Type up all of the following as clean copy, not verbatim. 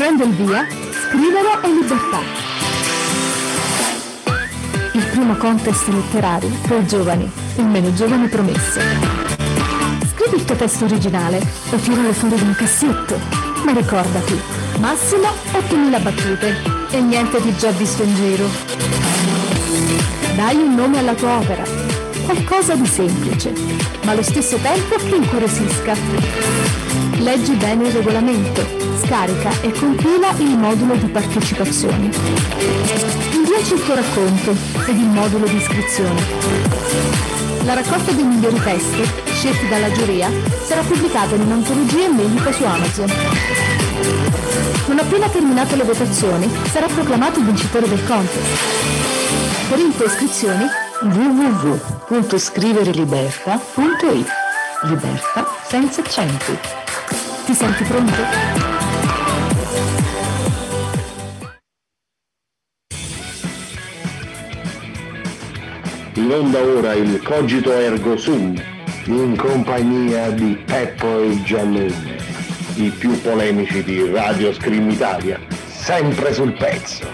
Prende il via, scrivere è libertà. Il primo contest letterario per giovani, il meno giovane promesso. Scrivi il tuo testo originale o tiralo fuori da un cassetto, ma ricordati, massimo 8.000 battute e niente di già visto in giro. Dai un nome alla tua opera, qualcosa di semplice, ma allo stesso tempo che incuriosisca. Leggi bene il regolamento, scarica e compila il modulo di partecipazione. Inviaci il tuo racconto ed il modulo di iscrizione. La raccolta dei migliori testi, scelti dalla giuria, sarà pubblicata in un'antologia inedita su Amazon. Non appena terminate le votazioni, sarà proclamato il vincitore del contest. Per info e iscrizioni www.scrivereliberta.it. Libertà senza accenti. Ti senti pronto? In onda ora il Cogito Ergo Sum, in compagnia di Peppo e Giannone, i più polemici di Radio Scream Italia, sempre sul pezzo.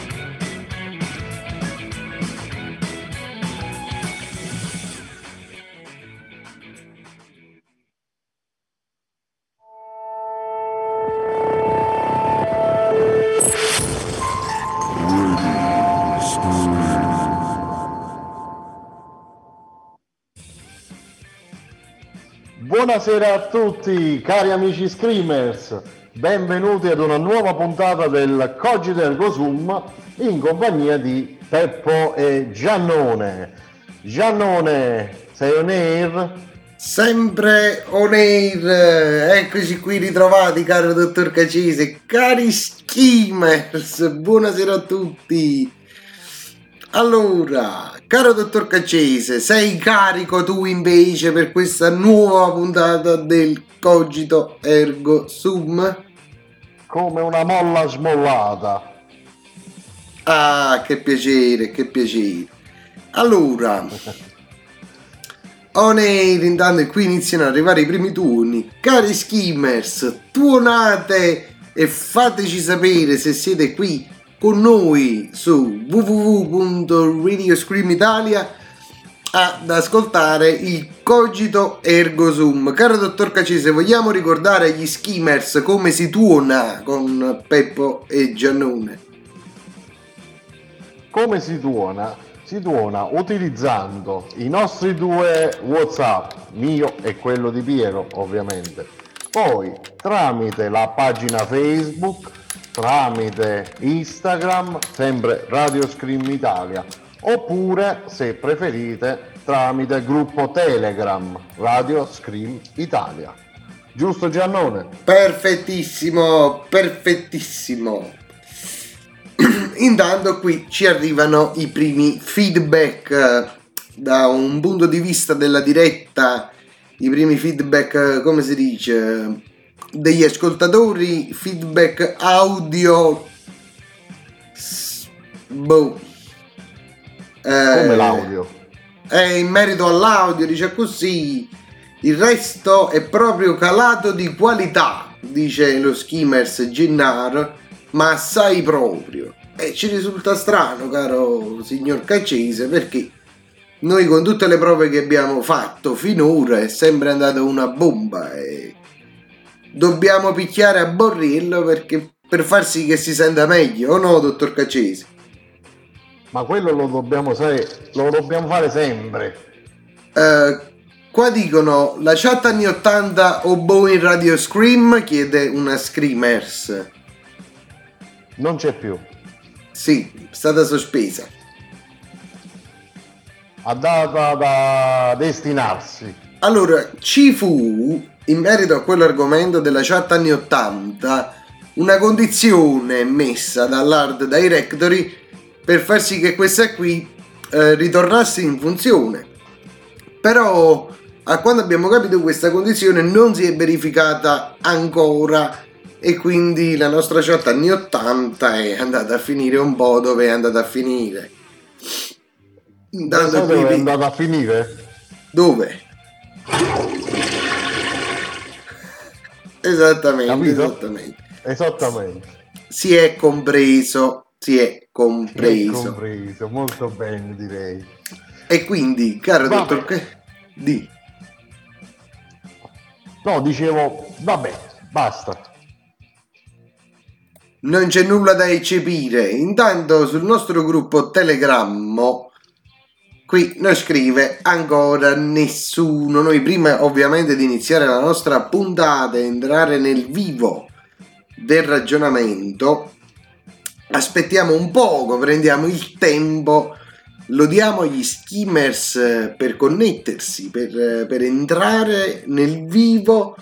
Buonasera a tutti, cari amici Screamers, benvenuti ad una nuova puntata del Cogito Ergo Sum in compagnia di Peppo e Giannone. Giannone, sei on air? Sempre on air, eccoci qui ritrovati, caro dottor Cacese, cari Screamers, buonasera a tutti. Allora, caro dottor Cacese, sei carico tu invece per questa nuova puntata del Cogito Ergo Sum? Come una molla smollata. Ah, che piacere, che piacere. Allora, on air, intanto qui iniziano ad arrivare i primi turni. Cari Screamers, tuonate e fateci sapere se siete qui con noi su www.Radio Scream Italia ad ascoltare il Cogito Ergo Sum. Caro dottor Cacese, vogliamo ricordare agli Screamers come si tuona con Peppo e Giannone? Come si tuona? Si tuona utilizzando i nostri due WhatsApp, mio e quello di Piero ovviamente, poi tramite la pagina Facebook, tramite Instagram, sempre Radio Scream Italia, oppure se preferite tramite il gruppo Telegram Radio Scream Italia. Giusto Giannone? Perfettissimo, perfettissimo. Intanto qui ci arrivano i primi feedback da un punto di vista della diretta, i primi feedback, come si dice, degli ascoltatori, feedback audio. Come l'audio? In merito all'audio, dice così, il resto è proprio calato di qualità, dice lo Screamers Gennaro, ma assai proprio. E ci risulta strano, caro signor Cacese, perché noi con tutte le prove che abbiamo fatto finora è sempre andata una bomba e dobbiamo picchiare a borrillo perché per far sì che si senta meglio, o no, dottor Cacese? Ma quello lo dobbiamo fare sempre. Qua dicono la chat anni 80 o Boeing Radio Scream, chiede una Screamers. Non c'è più. Sì, è stata sospesa. Ha data da destinarsi. Allora, ci fu, in merito a quell'argomento della chat anni 80, una condizione messa dall'Art Directory per far sì che questa qui ritornasse in funzione. Però, a quando abbiamo capito, questa condizione non si è verificata ancora e quindi la nostra chat anni 80 è andata a finire un po' dove è andata a finire. Dove è andata a finire? Dove? Esattamente, Capito? esattamente. Esattamente. Si è compreso. Molto bene, direi. E quindi, caro Vabbè. dottor di No, dicevo, vabbè, basta. non c'è nulla da eccepire. Intanto sul nostro gruppo Telegrammo qui non scrive ancora nessuno. Noi prima ovviamente di iniziare la nostra puntata e entrare nel vivo del ragionamento aspettiamo un poco, prendiamo il tempo, lo diamo agli skimmers per connettersi, per entrare nel vivo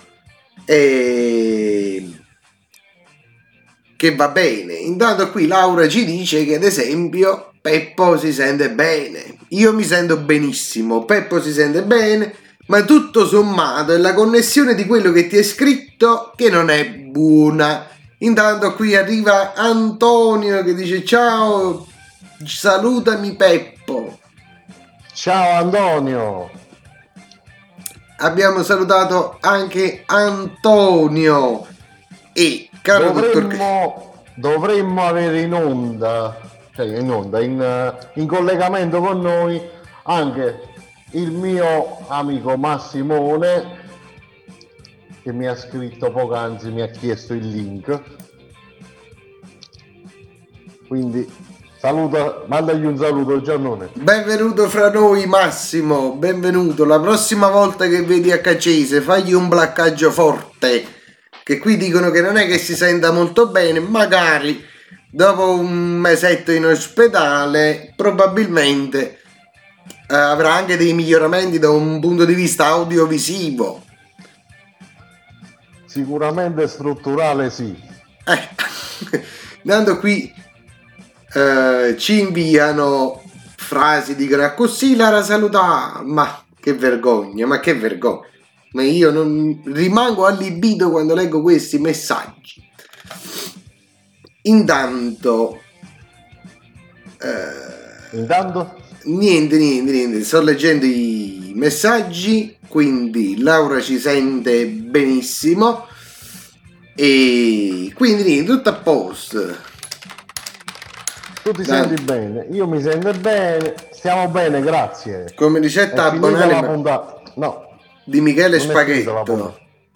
e che va bene. Intanto qui Laura ci dice che ad esempio Peppo si sente bene, io mi sento benissimo, Peppo si sente bene, ma tutto sommato è la connessione di quello che ti è scritto che non è buona. Intanto qui arriva Antonio che dice ciao, salutami Peppo. Ciao Antonio. Abbiamo salutato anche Antonio e caro dovremmo avere in collegamento con noi anche il mio amico Massimone, che mi ha scritto poc'anzi, mi ha chiesto il link, quindi mandagli un saluto Giannone. Benvenuto fra noi Massimo, benvenuto. La prossima volta che vedi a Cacese fagli un placcaggio forte, che qui dicono che non è che si senta molto bene, magari dopo un mesetto in ospedale probabilmente avrà anche dei miglioramenti da un punto di vista audiovisivo. Sicuramente strutturale, sì. Dando qui ci inviano frasi, dicono così Lara saluta, ma che vergogna, ma io non rimango allibito quando leggo questi messaggi. Intanto niente, sto leggendo i messaggi, quindi Laura ci sente benissimo e quindi niente, tutto a posto. Tu ti senti bene, io mi sento bene, stiamo bene, grazie. Come ricetta abbonare no, di Michele Spaghetto.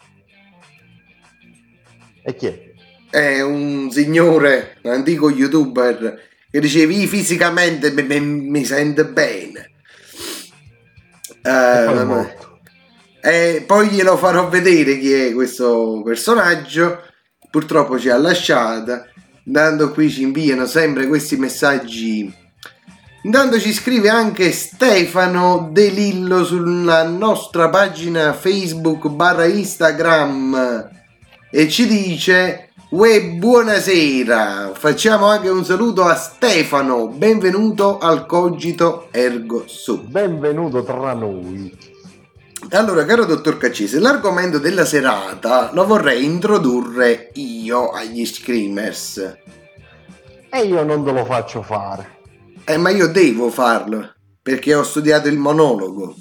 E chi è? È un signore, un antico youtuber che dicevi fisicamente mi sento bene. E poi glielo farò vedere chi è questo personaggio. Purtroppo ci ha lasciata. Intanto qui ci inviano sempre questi messaggi. Intanto ci scrive anche Stefano De Lillo sulla nostra pagina Facebook / Instagram e ci dice buonasera, facciamo anche un saluto a Stefano, benvenuto al Cogito Ergo Sum. Benvenuto tra noi. Allora, caro dottor Cacese, l'argomento della serata lo vorrei introdurre io agli screamers. E io non te lo faccio fare. Ma io devo farlo, perché ho studiato il monologo.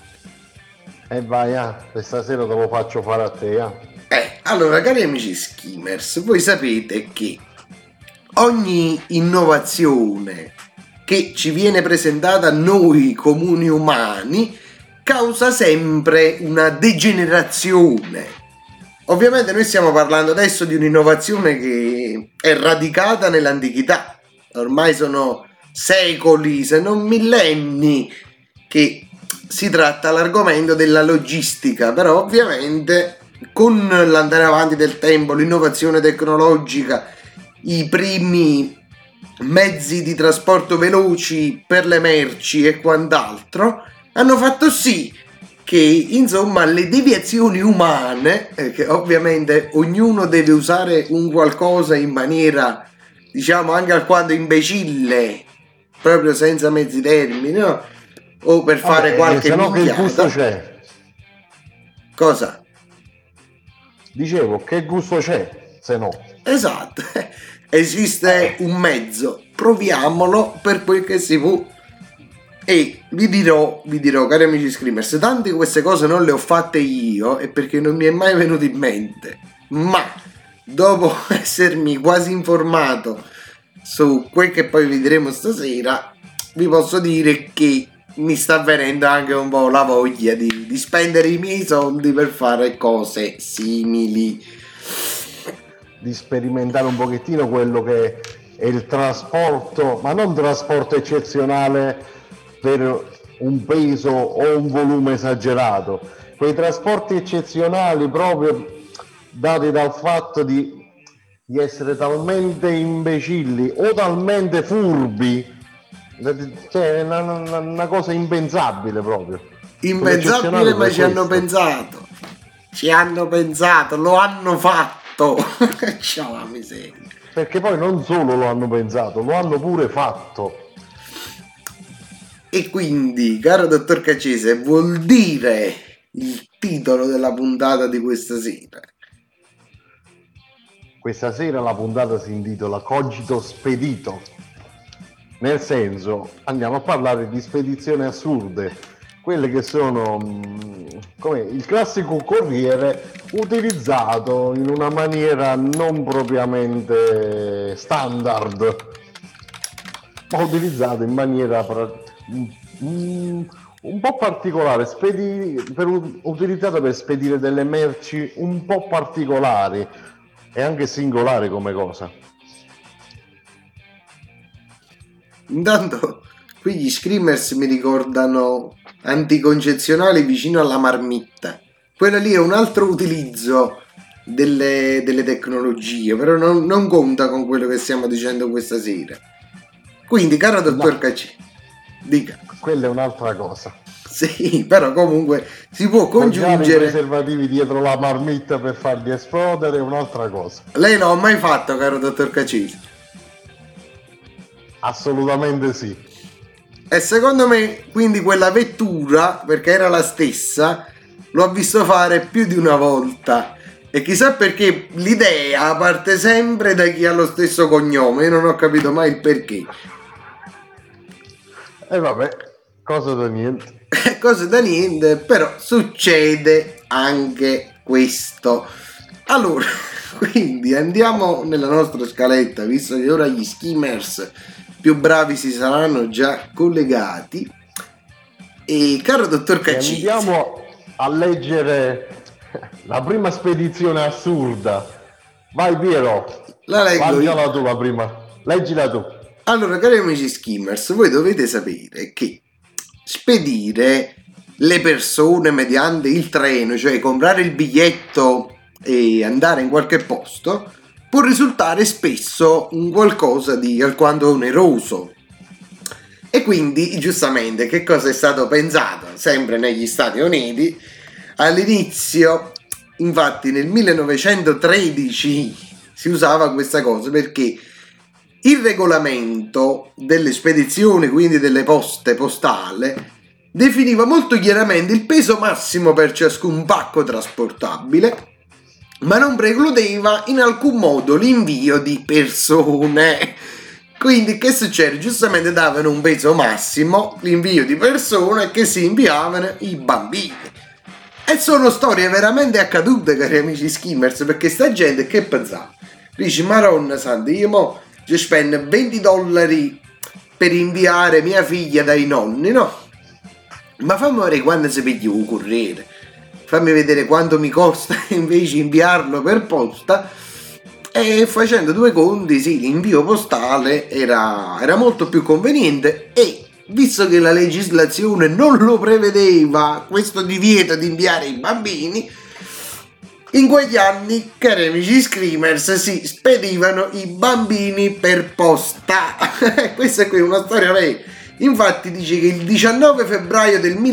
E vai, questa sera te lo faccio fare a te, Allora, cari amici skimmers, voi sapete che ogni innovazione che ci viene presentata a noi comuni umani causa sempre una degenerazione. Ovviamente noi stiamo parlando adesso di un'innovazione che è radicata nell'antichità. Ormai sono secoli, se non millenni, che si tratta l'argomento della logistica, però ovviamente con l'andare avanti del tempo, l'innovazione tecnologica, i primi mezzi di trasporto veloci per le merci e quant'altro hanno fatto sì che insomma le deviazioni umane, che ovviamente ognuno deve usare un qualcosa in maniera diciamo anche alquanto imbecille, proprio senza mezzi termini, no? O per fare qualche minchiata. Che gusto c'è? Cosa? Dicevo, che gusto c'è se no? Esatto, esiste un mezzo, proviamolo per quel che si può. E vi dirò, cari amici screamers, tante di queste cose non le ho fatte io e perché non mi è mai venuto in mente, ma dopo essermi quasi informato su quel che poi vedremo stasera, vi posso dire che mi sta venendo anche un po' la voglia di spendere i miei soldi per fare cose simili, di sperimentare un pochettino quello che è il trasporto, ma non trasporto eccezionale per un peso o un volume esagerato, quei trasporti eccezionali proprio dati dal fatto di essere talmente imbecilli o talmente furbi, cioè è una cosa impensabile proprio. impensabile, ma ci hanno pensato, lo hanno fatto. Ciao la miseria. Perché poi non solo lo hanno pensato, lo hanno pure fatto. E quindi, caro dottor Caccese, vuol dire il titolo della puntata di questa sera? Questa sera la puntata si intitola Cogito Spedito, nel senso andiamo a parlare di spedizioni assurde, quelle che sono come il classico corriere utilizzato in una maniera non propriamente standard, ma utilizzato in maniera un po' particolare, utilizzato per spedire delle merci un po' particolari e anche singolari come cosa. Intanto qui gli screamers mi ricordano anticoncezionali vicino alla marmitta. Quello lì è un altro utilizzo delle tecnologie, però non conta con quello che stiamo dicendo questa sera. Quindi, caro dottor Caccese, dica. Quella è un'altra cosa. Sì, però comunque si può congiungere. I preservativi dietro la marmitta per farli esplodere è un'altra cosa. Lei non l'ha mai fatto, caro dottor Caccese? Assolutamente sì. E secondo me, quindi quella vettura, perché era la stessa, lo ha visto fare più di una volta. E chissà perché l'idea parte sempre da chi ha lo stesso cognome. Io non ho capito mai il perché. E vabbè, cosa da niente. Cose da niente, però succede anche questo. Allora, quindi andiamo nella nostra scaletta, visto che ora gli skimmers più bravi si saranno già collegati. E caro dottor Caccese, andiamo a leggere la prima spedizione assurda. Vai Piero, la leggo io. Tu la prima, leggila tu. Allora, cari amici skimmers, voi dovete sapere che spedire le persone mediante il treno, cioè comprare il biglietto e andare in qualche posto, può risultare spesso un qualcosa di alquanto oneroso. E quindi, giustamente, che cosa è stato pensato? Sempre negli Stati Uniti, all'inizio, infatti nel 1913 si usava questa cosa perché il regolamento delle spedizioni, quindi delle poste postale, definiva molto chiaramente il peso massimo per ciascun pacco trasportabile, ma non precludeva in alcun modo l'invio di persone. Quindi che succede? Giustamente davano un peso massimo, l'invio di persone che si inviavano i bambini. E sono storie veramente accadute, cari amici skimmers, perché sta gente che pensava? Dici, Maronna santa, io mo ci spendo $20 per inviare mia figlia dai nonni, no? Ma fammi vedere quando si piglia un corriere, fammi vedere quanto mi costa invece inviarlo per posta. E facendo due conti, sì, l'invio postale era molto più conveniente, e visto che la legislazione non lo prevedeva, questo divieto di inviare i bambini, in quegli anni, cari amici screamers, si spedivano i bambini per posta. Questa qui è una storia vera. Infatti dice che il 19 febbraio del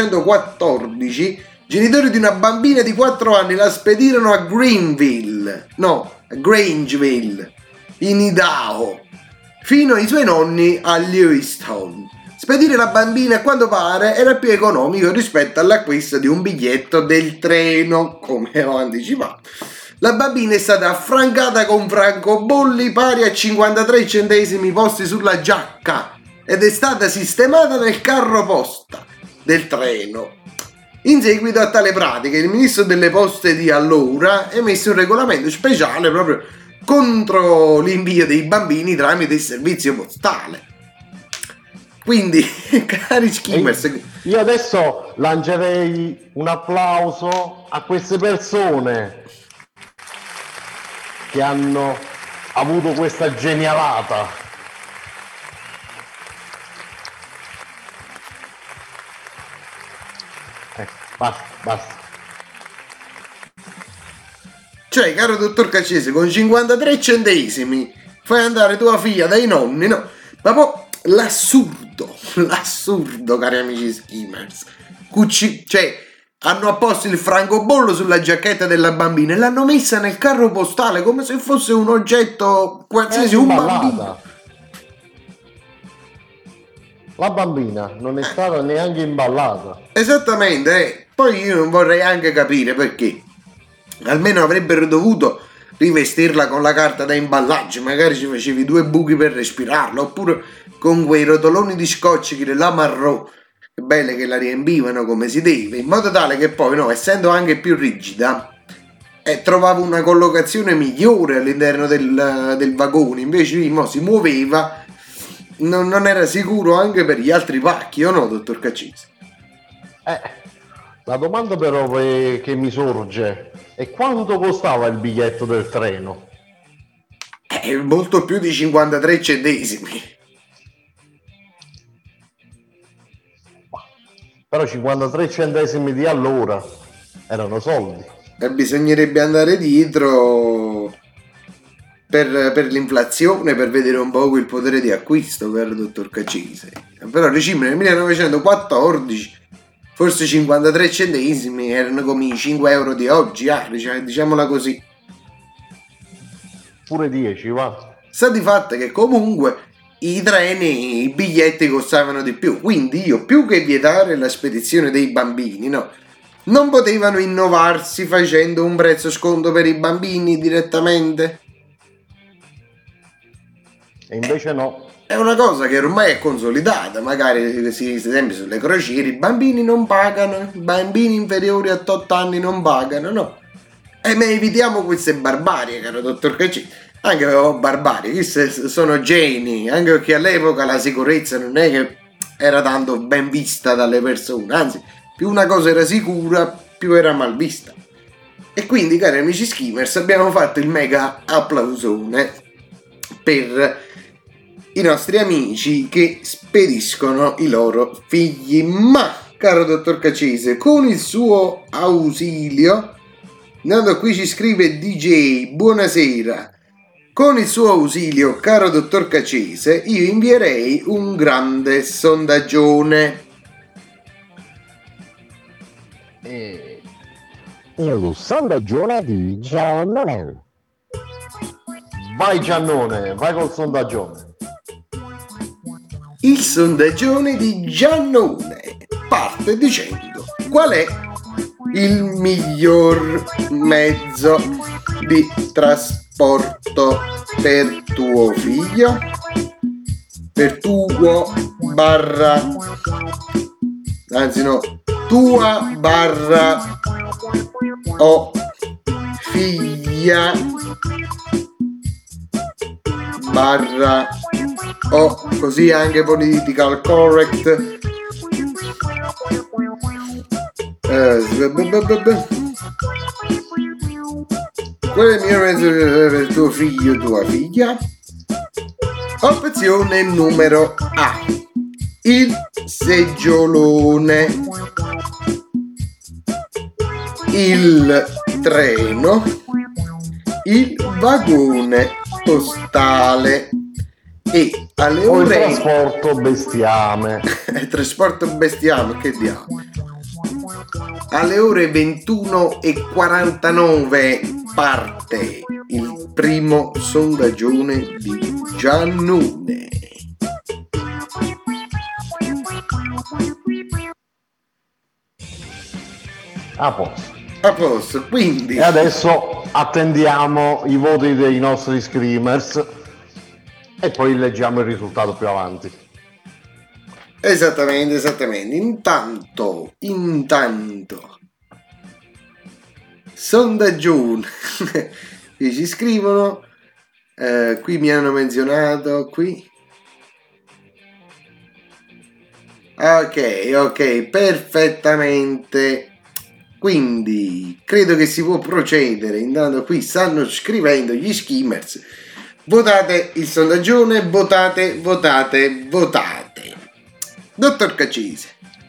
1914 genitori di una bambina di 4 anni la spedirono a Grangeville, in Idaho, fino ai suoi nonni a Lewiston. Spedire la bambina, a quanto pare, era più economico rispetto all'acquisto di un biglietto del treno, come ho anticipato. La bambina è stata affrancata con francobolli pari a 53 centesimi posti sulla giacca ed è stata sistemata nel carro posta del treno. In seguito a tale pratica, il ministro delle poste di allora emise un regolamento speciale proprio contro l'invio dei bambini tramite il servizio postale. Quindi, cari skimmers, io adesso lancerei un applauso a queste persone che hanno avuto questa genialata. Basta. Cioè, caro dottor Caccese, con 53 centesimi fai andare tua figlia dai nonni, no? Ma poi l'assurdo, cari amici skimmers. Cioè, hanno apposto il francobollo sulla giacchetta della bambina e l'hanno messa nel carro postale come se fosse un oggetto qualsiasi, un bambino. La bambina non è stata neanche imballata. Esattamente, Poi io non vorrei anche capire perché. Almeno avrebbero dovuto rivestirla con la carta da imballaggio, magari ci facevi 2 buchi per respirarla, oppure con quei rotoloni di scotch che la Marrò, che belle che la riempivano come si deve, in modo tale che poi, no, essendo anche più rigida, trovava una collocazione migliore all'interno del vagone. Invece si muoveva, non era sicuro anche per gli altri pacchi, o no, dottor Caccese? La domanda però che mi sorge è: quanto costava il biglietto del treno? Molto più di 53 centesimi. Però 53 centesimi di allora erano soldi. Bisognerebbe andare dietro per l'inflazione, per vedere un po' il potere di acquisto, caro dottor Caccese. Però diciamo nel 1914 forse 53 centesimi erano come i 5 euro di oggi, diciamola così. Pure 10, va. Sta di fatto che comunque i treni, i biglietti costavano di più, quindi io, più che vietare la spedizione dei bambini, no, non potevano innovarsi facendo un prezzo sconto per i bambini direttamente? E invece no. È una cosa che ormai è consolidata, magari si sempre sulle crociere, i bambini non pagano, i bambini inferiori a 8 anni non pagano, no? Ma evitiamo queste barbarie, caro dottor Caccese. Anche barbarie, queste sono geni, anche perché all'epoca la sicurezza non è che era tanto ben vista dalle persone, anzi, più una cosa era sicura, più era mal vista. E quindi, cari amici skimmers, abbiamo fatto il mega applausone per i nostri amici che spediscono i loro figli. Ma, caro dottor Caccese, con il suo ausilio, andando qui ci scrive DJ, buonasera. Con il suo ausilio, caro dottor Caccese, io invierei un grande sondaggione. Il sondaggione di Giannone. Vai Giannone, vai col sondaggione. Il sondaggione di Giannone parte dicendo: qual è il miglior mezzo di trasporto per tuo figlio? Per tuo barra, anzi no, tua barra o figlia barra o così anche political correct. Qual è il mio mezzo per tuo figlio o tua figlia? Opzione numero A: il seggiolone, il treno, il vagone postale. E alle ore... il trasporto bestiame. Il trasporto bestiame, che diavolo. Alle ore 21:49 parte il primo sondaggione di Giannone. A posto, quindi... E adesso attendiamo i voti dei nostri screamers e poi leggiamo il risultato più avanti. Esattamente. Intanto. Sondaggione. Qui ci scrivono. Qui mi hanno menzionato. Qui. Ok, perfettamente. Quindi credo che si può procedere. Intanto qui stanno scrivendo gli skimmers. Votate il sondaggione, votate. Dottor Caccese.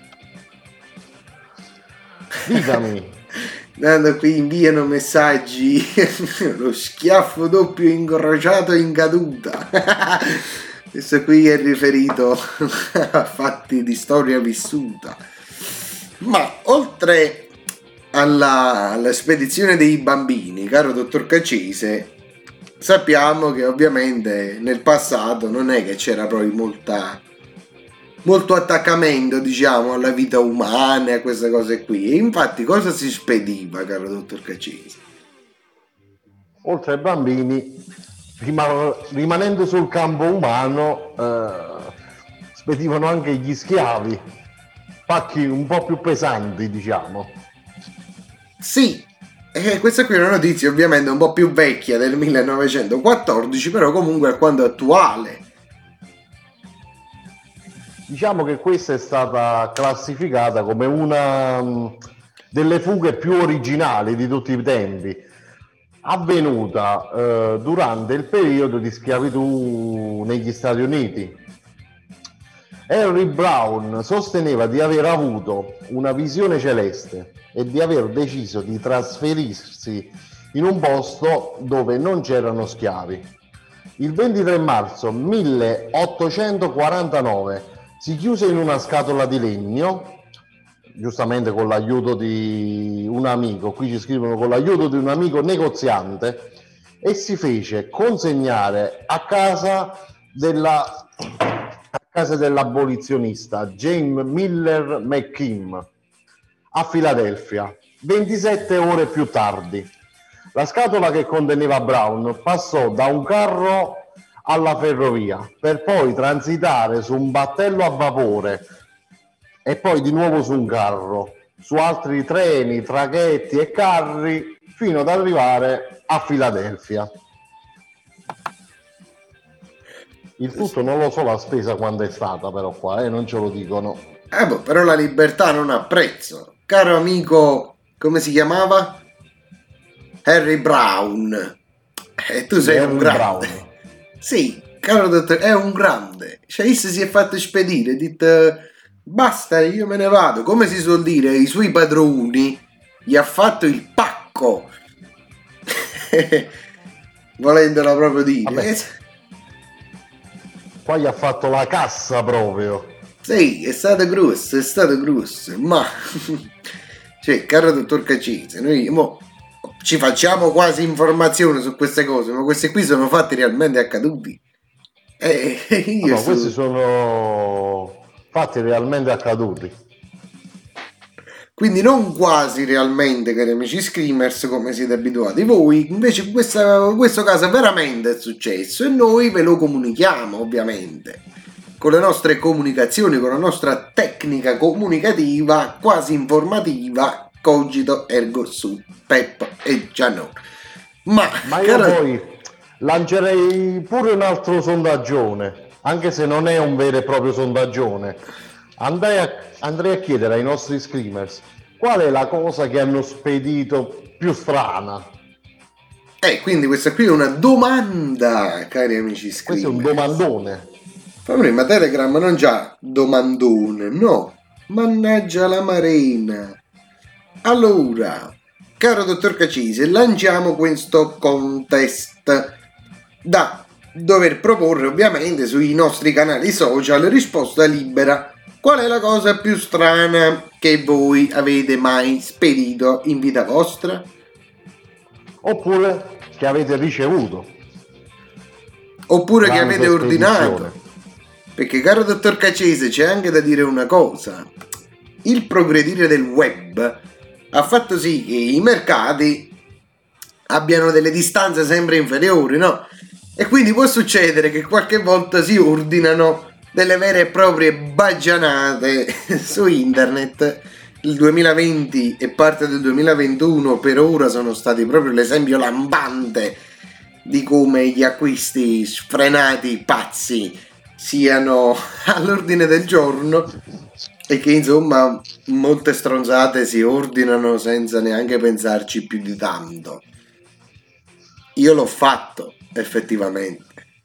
Ditami. Intanto qui inviano messaggi. Lo schiaffo doppio incrociato in caduta. Questo qui è riferito a fatti di storia vissuta. Ma oltre alla spedizione dei bambini, caro dottor Caccese, sappiamo che ovviamente nel passato non è che c'era proprio molto attaccamento, diciamo, alla vita umana e a queste cose qui. E infatti cosa si spediva, caro dottor Caccese? Oltre ai bambini, rimanendo sul campo umano, spedivano anche gli schiavi, pacchi un po' più pesanti, diciamo. Sì, questa qui è una notizia ovviamente un po' più vecchia, del 1914, però comunque alquanto attuale. Diciamo che questa è stata classificata come una delle fughe più originali di tutti i tempi, avvenuta durante il periodo di schiavitù negli Stati Uniti. Henry Brown sosteneva di aver avuto una visione celeste e di aver deciso di trasferirsi in un posto dove non c'erano schiavi. Il 23 marzo 1849 si chiuse in una scatola di legno, giustamente con l'aiuto di un amico, qui ci scrivono con l'aiuto di un amico negoziante, e si fece consegnare a casa dell'abolizionista James Miller McKim a Filadelfia 27 ore più tardi. La scatola che conteneva Brown passò da un carro alla ferrovia per poi transitare su un battello a vapore e poi di nuovo su un carro, su altri treni, traghetti e carri fino ad arrivare a Filadelfia. Il tutto non lo so la spesa quando è stata, però qua non ce lo dicono. Però la libertà non ha prezzo. Caro amico, come si chiamava? Harry Brown. Tu sei Harry un grande. Brown. Sì, caro dottore, è un grande. Cioè, essa si è fatto spedire, ha detto basta, io me ne vado. Come si suol dire, i suoi padroni gli ha fatto il pacco. Volendola proprio dire. Vabbè. Qua gli ha fatto la cassa proprio. Sì, è stato grosso, ma cioè, caro dottor Caccese, noi ci facciamo quasi informazione su queste cose, ma questi qui sono fatti realmente accaduti. Questi sono fatti realmente accaduti. Quindi non quasi realmente, cari amici screamers, come siete abituati voi, invece questo caso veramente è successo e noi ve lo comunichiamo, ovviamente, con le nostre comunicazioni, con la nostra tecnica comunicativa quasi informativa, cogito ergo sum, Peppo e Giannone. Ma io poi lancerei pure un altro sondaggione, anche se non è un vero e proprio sondaggione. Andrei a chiedere ai nostri screamers qual è la cosa che hanno spedito più strana. Quindi questa qui è una domanda, cari amici screamers. Questo è un domandone. Fammi, ma Telegram non già domandone, no. Mannaggia la marina. Allora, caro dottor Caccese, lanciamo questo contest da dover proporre ovviamente sui nostri canali social, risposta libera. Qual è la cosa più strana che voi avete mai spedito in vita vostra? Oppure che avete ricevuto. Oppure che avete ordinato. Perché, caro dottor Caccese, c'è anche da dire una cosa. Il progredire del web ha fatto sì che i mercati abbiano delle distanze sempre inferiori, no? E quindi può succedere che qualche volta si ordinano delle vere e proprie baggianate su internet. Il 2020 e parte del 2021 per ora sono stati proprio l'esempio lampante di come gli acquisti sfrenati, pazzi, siano all'ordine del giorno e che insomma molte stronzate si ordinano senza neanche pensarci più di tanto. Io l'ho fatto effettivamente.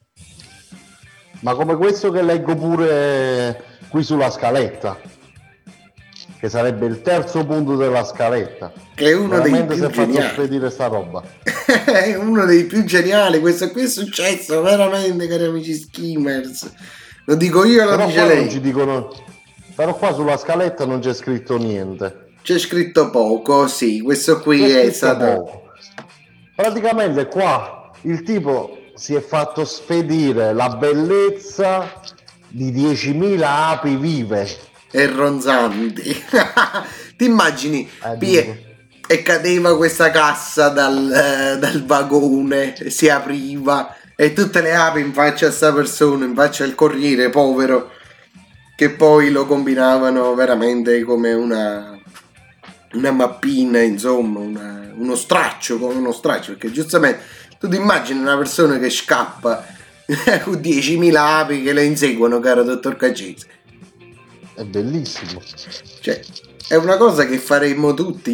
Ma come questo che leggo pure qui sulla scaletta, che sarebbe il terzo punto della scaletta, Che è uno dei veramente più si è fatto geniali. spedire sta roba. È uno dei più geniali. Questo qui è successo veramente, cari amici skimmers. Lo dico io, lo Però dice qua non lei. ci dicono, però qua sulla scaletta non c'è scritto niente. C'è scritto poco, sì. Questo qui C'è è scritto stato. poco. Praticamente qua il tipo si è fatto spedire la bellezza di 10.000 api vive. E ronzanti. Ti immagini? Dico. E cadeva questa cassa dal vagone, si apriva e tutte le api in faccia a sta persona, in faccia al corriere, povero, che poi lo combinavano veramente come una mappina, insomma, uno straccio, come uno straccio, perché giustamente tu ti immagini una persona che scappa con 10.000 api che le inseguono, caro dottor Cacese. È bellissimo. Cioè, è una cosa che faremmo tutti.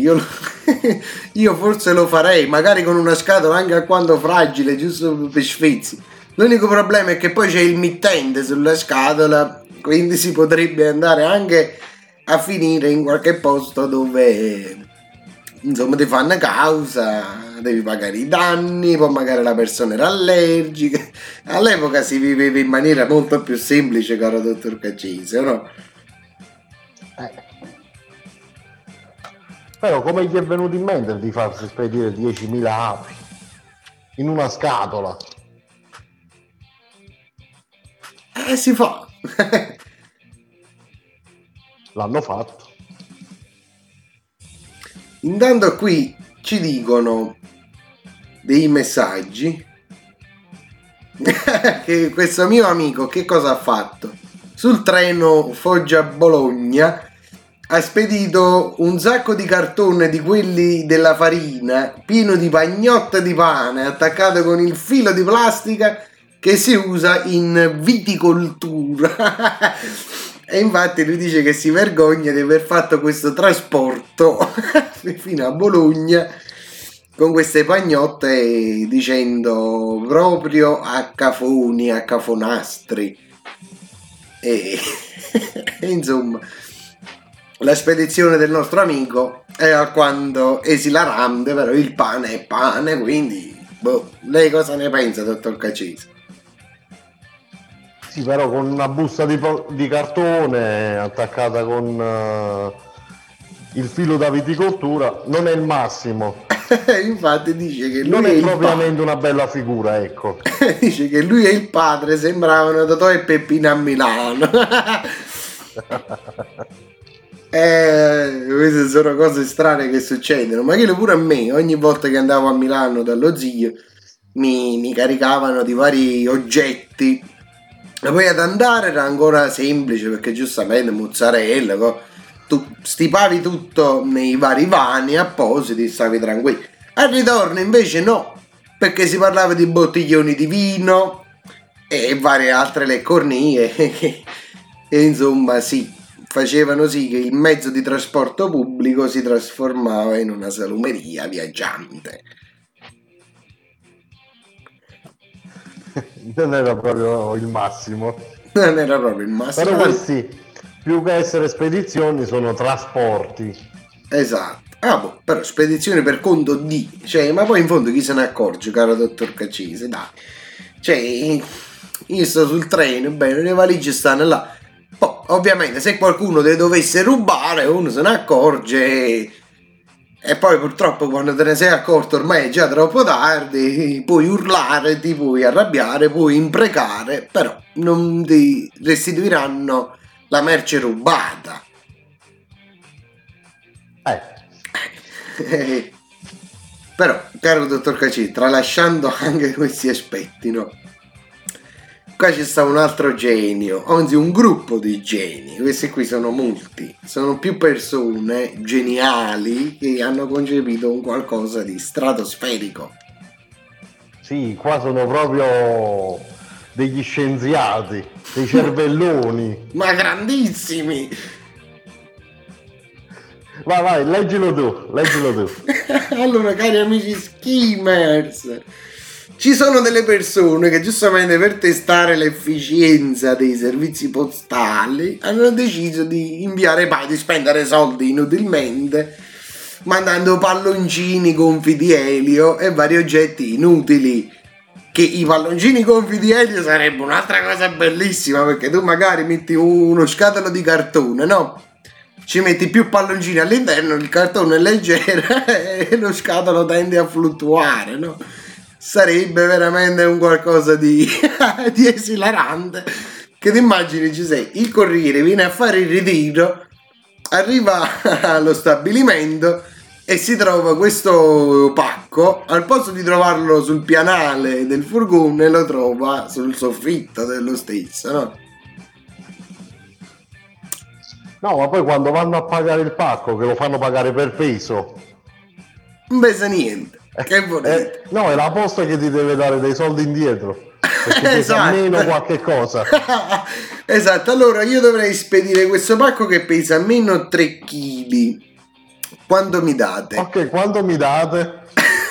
Io forse lo farei, magari con una scatola anche alquanto fragile, giusto per sfizi. L'unico problema è che poi c'è il mittente sulla scatola, quindi si potrebbe andare anche a finire in qualche posto dove insomma ti fanno causa, devi pagare i danni, poi magari la persona era allergica. All'epoca si viveva in maniera molto più semplice, caro dottor Cacese, o no? Però come gli è venuto in mente di farsi spedire 10.000 api in una scatola? Si fa. L'hanno fatto. Intanto qui ci dicono dei messaggi che questo mio amico che cosa ha fatto? Sul treno Foggia-Bologna ha spedito un sacco di cartone di quelli della farina pieno di pagnotte di pane attaccato con il filo di plastica che si usa in viticoltura. E infatti lui dice che si vergogna di aver fatto questo trasporto fino a Bologna con queste pagnotte, dicendo proprio a cafoni, a cafonastri. E insomma, la spedizione del nostro amico è alquanto esilarante, però il pane è pane, quindi lei cosa ne pensa, dottor Cacese? Sì, però con una busta di cartone attaccata con il filo da viticoltura non è il massimo. Infatti dice che lui non è è il propriamente una bella figura, ecco. Dice che lui e il padre sembravano Totò e Peppina a Milano. Queste sono cose strane che succedono, ma che pure a me, ogni volta che andavo a Milano dallo zio mi caricavano di vari oggetti. E poi ad andare era ancora semplice, perché giustamente mozzarella, tu stipavi tutto nei vari vani appositi, stavi tranquillo. Al ritorno invece no, perché si parlava di bottiglioni di vino e varie altre leccornie e insomma sì, facevano sì che il mezzo di trasporto pubblico si trasformava in una salumeria viaggiante. Non era proprio il massimo. Non era proprio il massimo. Però questi, più che essere spedizioni, sono trasporti. Esatto. Però spedizioni per conto di, cioè, ma poi in fondo chi se ne accorge, caro dottor Cacese, dai. Cioè, io sto sul treno, bene, le valigie stanno là. Poi, ovviamente, se qualcuno le dovesse rubare, uno se ne accorge e poi purtroppo quando te ne sei accorto ormai è già troppo tardi, puoi urlare, ti puoi arrabbiare, puoi imprecare, però non ti restituiranno la merce rubata. Però, caro dottor Cacese, tralasciando anche questi aspetti, no? Qua ci sta un altro genio, anzi un gruppo di geni, questi qui sono molti, sono più persone geniali che hanno concepito un qualcosa di stratosferico. Sì, qua sono proprio degli scienziati, dei cervelloni. Ma grandissimi! Vai, leggilo tu. Allora, cari amici skimmers, ci sono delle persone che giustamente per testare l'efficienza dei servizi postali hanno deciso di di spendere soldi inutilmente mandando palloncini gonfi di elio e vari oggetti inutili. Che i palloncini gonfi di elio sarebbe un'altra cosa bellissima, perché tu magari metti uno scatolo di cartone, no? Ci metti più palloncini all'interno, il cartone è leggero e lo scatolo tende a fluttuare, no? Sarebbe veramente un qualcosa di esilarante. Che ti immagini, ci sei, il corriere viene a fare il ritiro, arriva allo stabilimento e si trova questo pacco, al posto di trovarlo sul pianale del furgone lo trova sul soffitto dello stesso, no? No, ma poi quando vanno a pagare il pacco, che lo fanno pagare per peso, Non pesa niente. Che volete? no, è la posta che ti deve dare dei soldi indietro, perché pesa Esatto. meno qualche cosa. Esatto, allora io dovrei spedire questo pacco che pesa meno 3 kg. Quanto mi date? Ok, quanto mi date?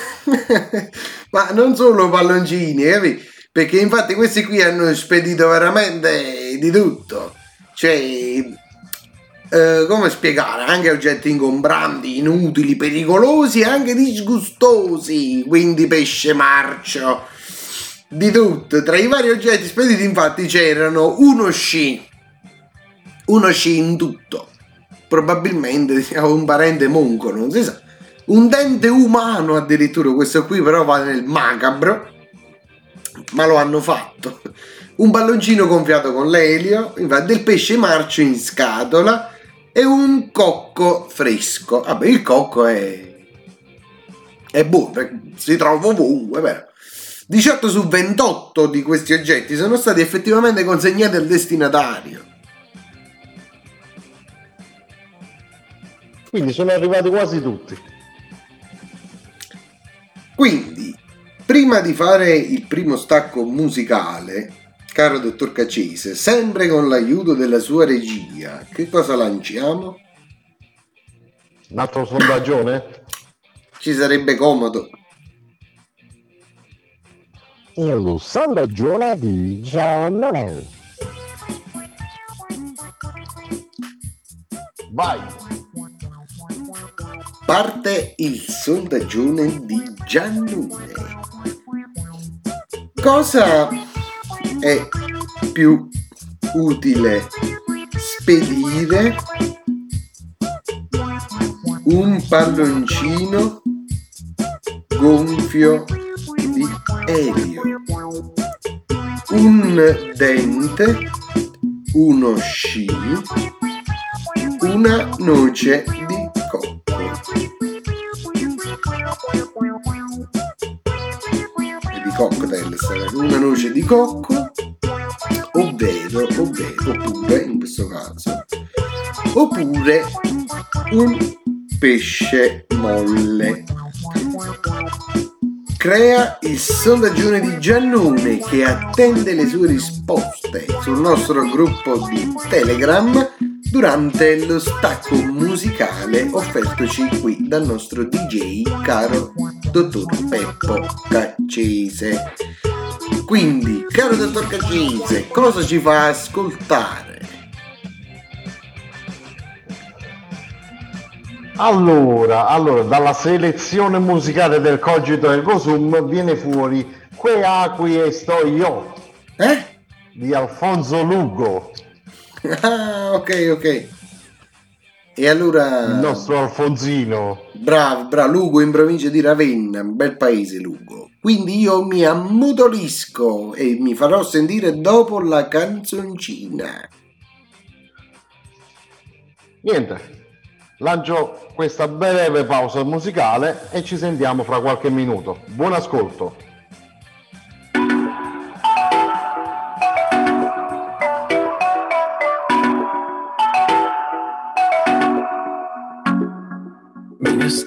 Ma non solo palloncini, capì? Perché infatti questi qui hanno spedito veramente di tutto. Cioè, come spiegare? Anche oggetti ingombranti, inutili, pericolosi e anche disgustosi. Quindi pesce marcio, di tutto. Tra i vari oggetti spediti infatti c'erano uno sci in tutto, probabilmente a un parente monco, non si sa, un dente umano addirittura, questo qui però va nel macabro, ma lo hanno fatto, un palloncino gonfiato con l'elio, infatti del pesce marcio in scatola e un cocco fresco. Vabbè, il cocco è buono, si trova ovunque, vero? 18 su 28 di questi oggetti sono stati effettivamente consegnati al destinatario. Quindi sono arrivati quasi tutti. Quindi, prima di fare il primo stacco musicale, caro dottor Caccese, sempre con l'aiuto della sua regia, che cosa lanciamo? Un altro sondaggione? Ci sarebbe comodo. Il sondaggione di Giannone. Vai! Parte il sondaggione di Giannone. Cosa è più utile spedire? Un palloncino gonfio di elio, un dente, uno sci, una noce di cocco. E di cocktail, una noce di cocco, ovvero, oppure in questo caso, oppure un pesce molle. Crea il sondaggione di Giannone che attende le sue risposte sul nostro gruppo di Telegram durante lo stacco musicale offertoci qui dal nostro DJ caro dottor Peppo Caccese. Quindi, caro dottor Caccese, cosa ci fa ascoltare? Allora, dalla selezione musicale del Cogito Ergo Sum viene fuori Que qui sto io di Alfonso Lugo. Ah, ok. E allora... Il nostro Alfonsino. Bravo, Lugo in provincia di Ravenna, un bel paese Lugo. Quindi io mi ammutolisco e mi farò sentire dopo la canzoncina. Niente. Lancio questa breve pausa musicale e ci sentiamo fra qualche minuto. Buon ascolto.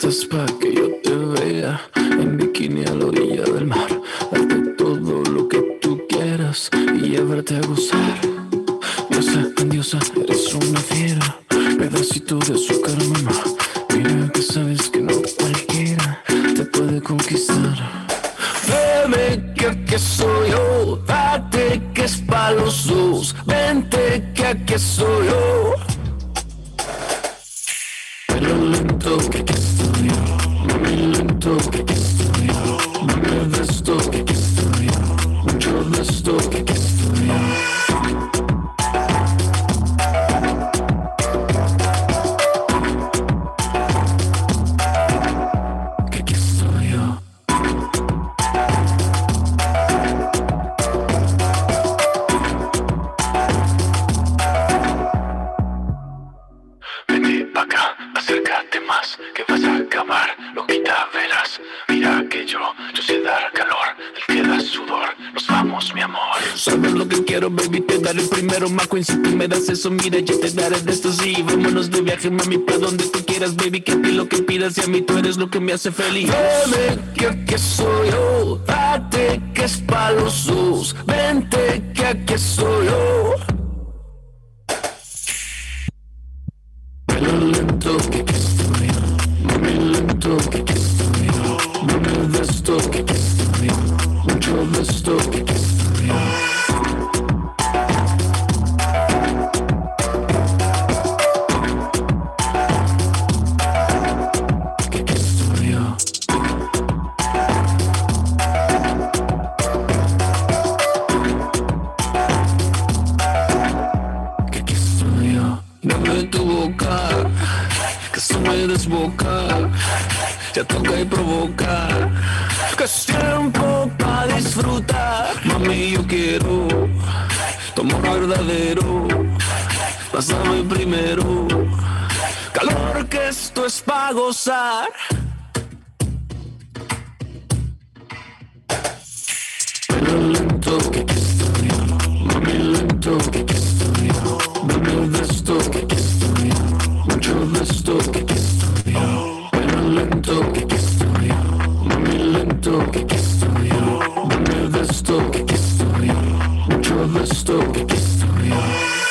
estás pa' que yo te vea en bikini a la orilla del mar, darte todo lo que tú quieras y llevarte a gozar. Diosa, diosa, eres una fiera, pedacito de azúcar, mamá. Mira que sabes que no cualquiera te puede conquistar. Bebe que aquí soy yo, date que es pa' los dos, vente que aquí soy yo. Pero lento que aquí estoy yo, mami lento que aquí estoy yo, mami de esto que aquí estoy yo, mucho de esto que aquí estoy yo. Acércate más, que vas a acabar, loquita verás. Mira que yo sé dar calor, del que da sudor, nos vamos mi amor. Sabes lo que quiero, baby, te daré primero, Macuin, si tú me das eso, mira, yo te daré de esto, sí. Vámonos de viaje, mami, pa' donde tú quieras, baby, que a ti lo que pidas y a mí tú eres lo que me hace feliz. Dame que aquí soy yo, date que es pa' los dos, vente que aquí soy yo. Pero lento que aquí estoy yo, mami lento que aquí estoy yo, mami de esto que aquí estoy yo, mucho de esto que aquí estoy yo. Que aquí estoy yo. Que aquí estoy yo. Dame tu boca, que se me desboca, ya toca y provoca, que es tiempo pa' disfrutar. Mami, yo quiero tu amor verdadero, pásame primero, calor que esto es pa' gozar. Pero lento que aquí estoy yo, mami lento que aquí estoy yo, mami de esto que aquí estoy yo, mucho de esto que aquí estoy yo. Pero lento que aquí estoy yo, mami lento que aquí estoy yo, mami de esto que aquí estoy yo, mucho de esto que aquí estoy yo.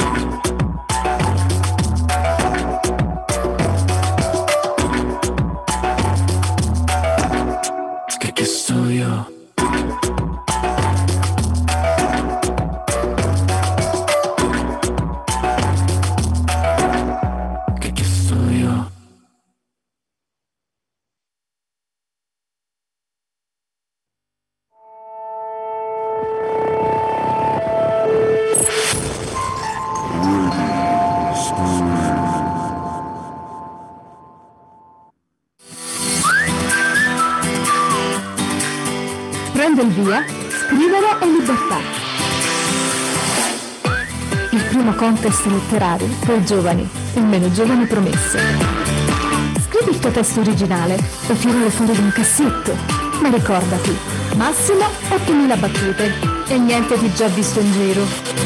Que aquí estoy yo. Que aquí estoy yo. Prende il via, scrivere è libertà. Il primo contest letterario per giovani e meno giovani promesse. Scrivi il tuo testo originale o tiralo fuori da un cassetto, ma ricordati, massimo 8.000 battute e niente di già visto in giro.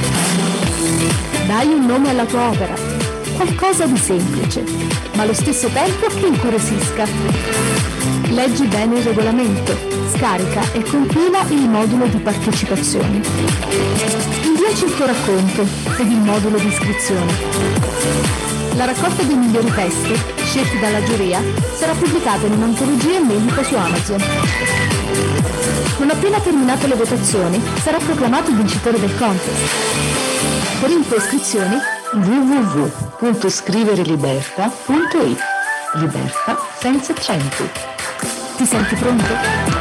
Dai un nome alla tua opera, qualcosa di semplice, ma allo stesso tempo che incuriosisca. Leggi bene il regolamento, scarica e compila il modulo di partecipazione. Inviaci il tuo racconto ed il modulo di iscrizione. La raccolta dei migliori testi, scelti dalla giuria, sarà pubblicata in un'antologia inedita su Amazon. Non appena terminate le votazioni, sarà proclamato il vincitore del contest. Per info e iscrizioni www.scrivereliberta.it. Libertà senza accenti. Ti senti pronto?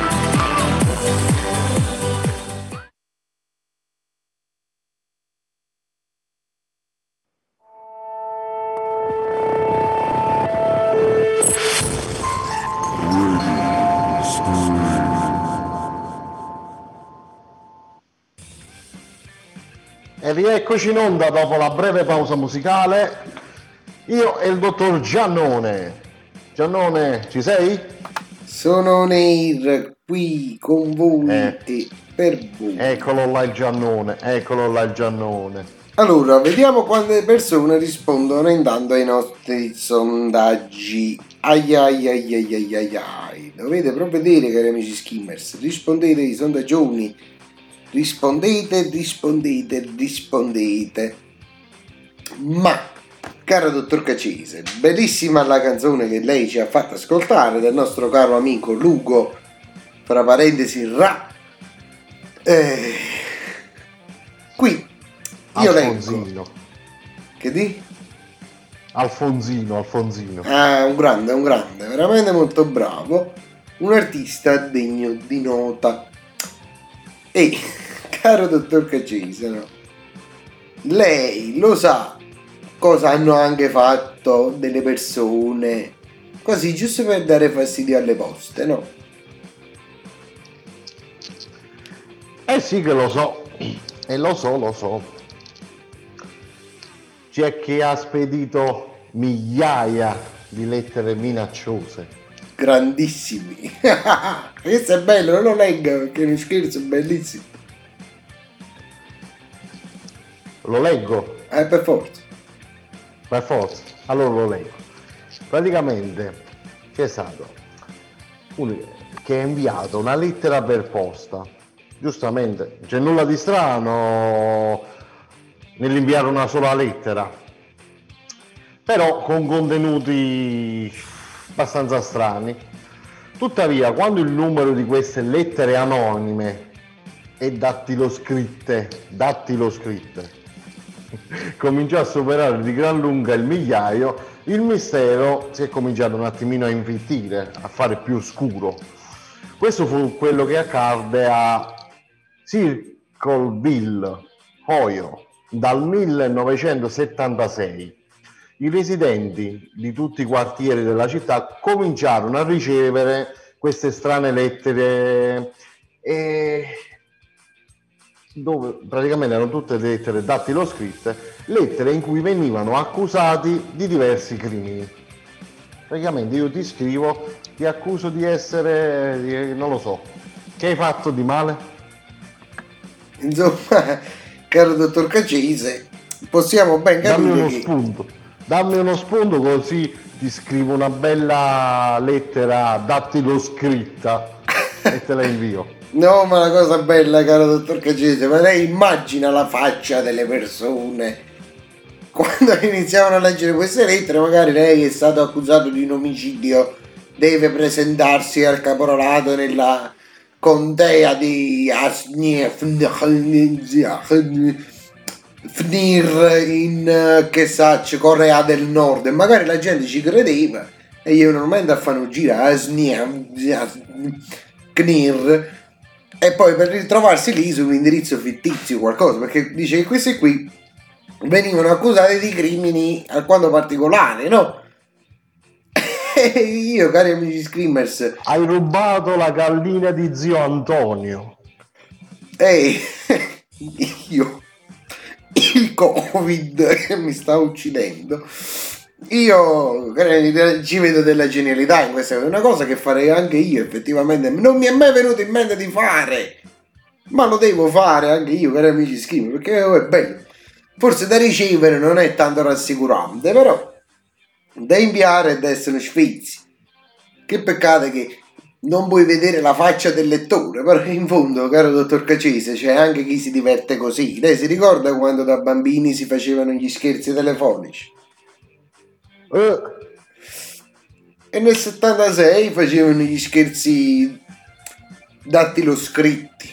E rieccoci in onda dopo la breve pausa musicale. Io e il dottor Giannone. Giannone, ci sei? Sono on air qui con voi e per voi. Eccolo là il Giannone, eccolo là il Giannone. Allora, vediamo quante persone rispondono intanto ai nostri sondaggi. Ai ai ai ai ai ai ai. Dovete provvedere, cari amici skimmers. Rispondete ai sondaggioni. Rispondete. Ma, caro dottor Cacese, bellissima la canzone che lei ci ha fatto ascoltare del nostro caro amico Lugo, fra parentesi Ra. Qui io Alfonsino. leggo. Che di? Alfonsino. Un grande, veramente molto bravo, un artista degno di nota. E caro dottor Cacese, no? Lei lo sa cosa hanno anche fatto delle persone così giusto per dare fastidio alle poste, no? Sì che lo so, e lo so. C'è chi ha spedito migliaia di lettere minacciose. Grandissimi. Questo è bello, non lo leggo perché è uno scherzo bellissimo. Lo leggo? Per forza. Per forza. Allora lo leggo. Praticamente c'è stato uno che ha inviato una lettera per posta. Giustamente, c'è nulla di strano nell'inviare una sola lettera, però con contenuti abbastanza strani. Tuttavia, quando il numero di queste lettere anonime e dattiloscritte cominciò a superare di gran lunga il migliaio, il mistero si è cominciato un attimino a infittire, a fare più scuro. Questo fu quello che accadde a Circleville, Ohio, dal 1976. I residenti di tutti i quartieri della città cominciarono a ricevere queste strane lettere, dove praticamente erano tutte lettere dattiloscritte, lettere in cui venivano accusati di diversi crimini. Praticamente io ti scrivo, ti accuso di essere, non lo so, che hai fatto di male? Insomma, caro dottor Cacese, possiamo ben capire Dammi uno spunto così ti scrivo una bella lettera dattiloscritta e te la invio. No, ma la cosa bella, caro dottor Cacese, ma lei immagina la faccia delle persone quando iniziavano a leggere queste lettere. Magari lei è stato accusato di un omicidio, deve presentarsi al caporalato nella contea di Fnir in Corea del Nord, e magari la gente ci credeva e io normalmente a fanno girare a Knir, e poi per ritrovarsi lì su un indirizzo fittizio qualcosa, perché dice che questi qui venivano accusati di crimini alquanto particolari, no? E io, cari amici screamers, hai rubato la gallina di zio Antonio. Io il Covid che mi sta uccidendo. Io ci vedo della genialità in questa, è una cosa che farei anche io effettivamente, non mi è mai venuto in mente di fare, ma lo devo fare anche io, cari amici scrivi, perché è bello. Forse da ricevere non è tanto rassicurante, però da inviare ed essere sfizi. Che peccato che non puoi vedere la faccia del lettore, però in fondo, caro dottor Cacese, c'è anche chi si diverte così. Lei si ricorda quando da bambini si facevano gli scherzi telefonici? E nel 76 facevano gli scherzi dattiloscritti.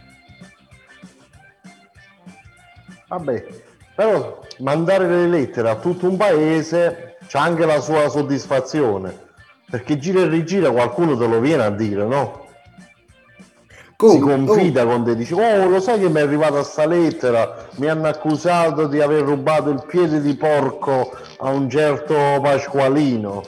Vabbè, però mandare le lettere a tutto un paese c'ha anche la sua soddisfazione, perché gira e rigira qualcuno te lo viene a dire, no? Si confida con te, dice: oh, lo sai che mi è arrivata sta lettera, mi hanno accusato di aver rubato il piede di porco a un certo Pasqualino.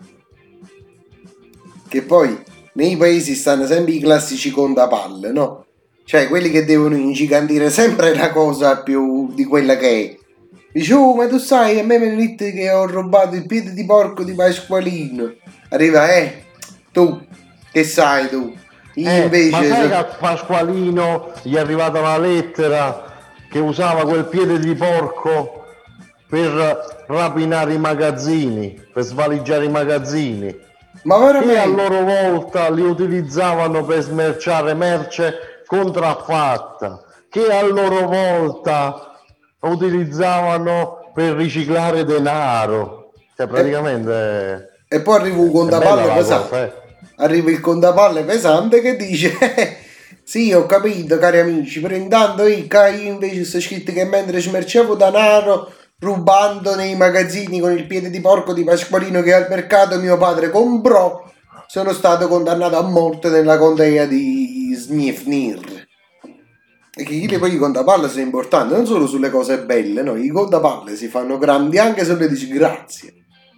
Che poi nei paesi stanno sempre i classici contapalle, no? Cioè quelli che devono ingigantire sempre la cosa più di quella che è. Dice: oh, ma tu sai, a me mi dite che ho rubato il piede di porco di Pasqualino. Arriva, tu, che sai tu? Invece, ma sai che a Pasqualino gli è arrivata una lettera che usava quel piede di porco per rapinare i magazzini, per svaligiare i magazzini, Ma che a veramente? loro volta li utilizzavano per smerciare merce contraffatta, che a loro volta utilizzavano per riciclare denaro. Cioè praticamente E poi arriva un è bella contapalle la pesante. cosa, Arriva il contapalle pesante che dice: sì, ho capito, cari amici, però intanto io invece sto scritto che mentre smerciavo denaro rubando nei magazzini con il piede di porco di Pasqualino che al mercato mio padre comprò, sono stato condannato a morte nella contea di Snifnir. E che poi i contapalle sono importanti non solo sulle cose belle, no? I contapalle si fanno grandi anche sulle disgrazie.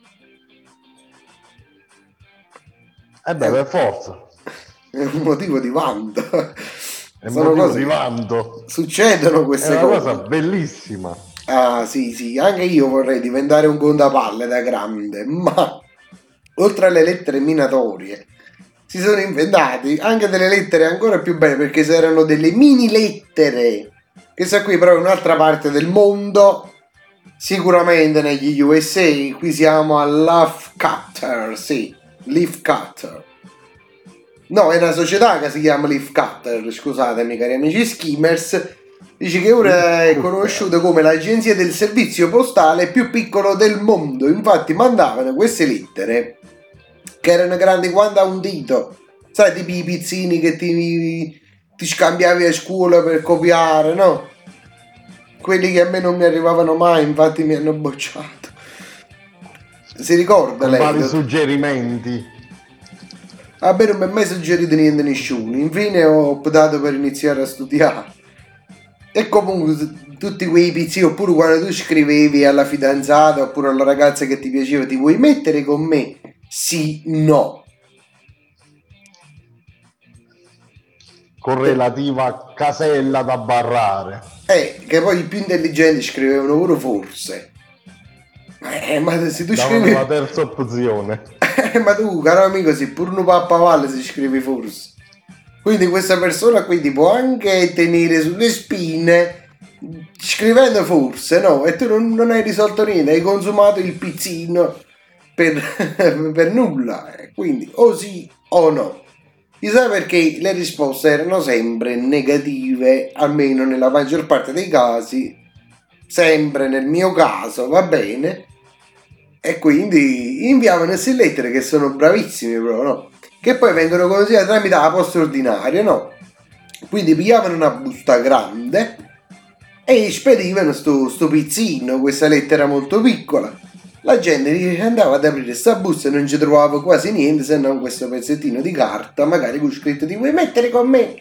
per forza, È un motivo di vanto. è un Sono motivo cose di che vanto, succedono è queste una cose. cosa bellissima. Ah, sì, anche io vorrei diventare un contapalle da grande, ma oltre alle lettere minatorie si sono inventati anche delle lettere ancora più belle, perché se erano delle mini lettere, che sta qui però in un'altra parte del mondo, sicuramente negli USA. Qui siamo a Leaf Cutter, sì, Leaf Cutter. No, è una società che si chiama Leaf Cutter, scusatemi cari amici skimmers. Dice che ora è conosciuta come l'agenzia del servizio postale più piccolo del mondo. Infatti mandavano queste lettere che erano grandi quanto a un dito. Sai, tipo i pizzini che ti scambiavi a scuola per copiare, no? Quelli che a me non mi arrivavano mai, infatti mi hanno bocciato. Si ricorda Con lei? vari suggerimenti. A me non mi è mai suggerito niente nessuno. Infine ho optato per iniziare a studiare. E comunque tutti quei pizzi, oppure quando tu scrivevi alla fidanzata oppure alla ragazza che ti piaceva, ti vuoi mettere con me? Sì, no. Con relativa casella da barrare. Che poi i più intelligenti scrivevano pure forse. Ma se tu Davano scrivi... la terza opzione. ma tu, caro amico, sei pure un pappavalle se scrivi forse. Quindi questa persona qui ti può anche tenere sulle spine scrivendo forse, no? E tu non hai risolto niente, hai consumato il pizzino per nulla. Quindi o sì o no. Chissà perché le risposte erano sempre negative, almeno nella maggior parte dei casi, sempre nel mio caso, va bene? E quindi inviavano queste lettere che sono bravissime proprio, no? Che poi vengono consegnate tramite la posta ordinaria, no? Quindi pigliavano una busta grande e spedivano sto pizzino, questa lettera molto piccola. La gente andava ad aprire sta busta e non ci trovava quasi niente se non questo pezzettino di carta, magari con scritto ti vuoi mettere con me?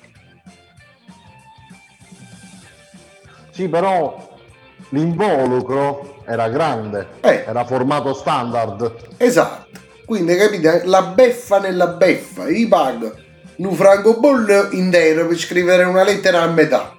Sì, però l'involucro era grande, era formato standard. Esatto. Quindi capite, la beffa nella beffa, io pago un francobollo intero per scrivere una lettera a metà.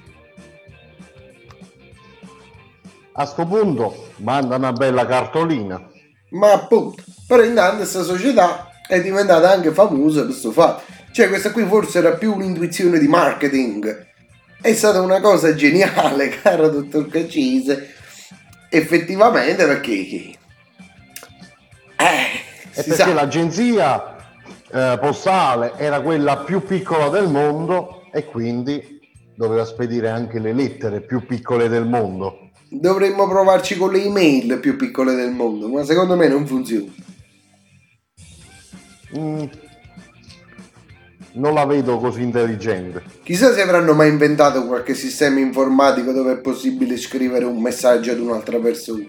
A sto punto manda una bella cartolina. Ma appunto, però intanto questa società è diventata anche famosa per questo fatto. Cioè questa qui forse era più un'intuizione di marketing. È stata una cosa geniale, caro dottor Caccese. Effettivamente perché... E perché l'agenzia postale era quella più piccola del mondo e quindi doveva spedire anche le lettere più piccole del mondo. Dovremmo provarci con le email più piccole del mondo, ma secondo me non funziona. Non la vedo così intelligente. Chissà se avranno mai inventato qualche sistema informatico dove è possibile scrivere un messaggio ad un'altra persona.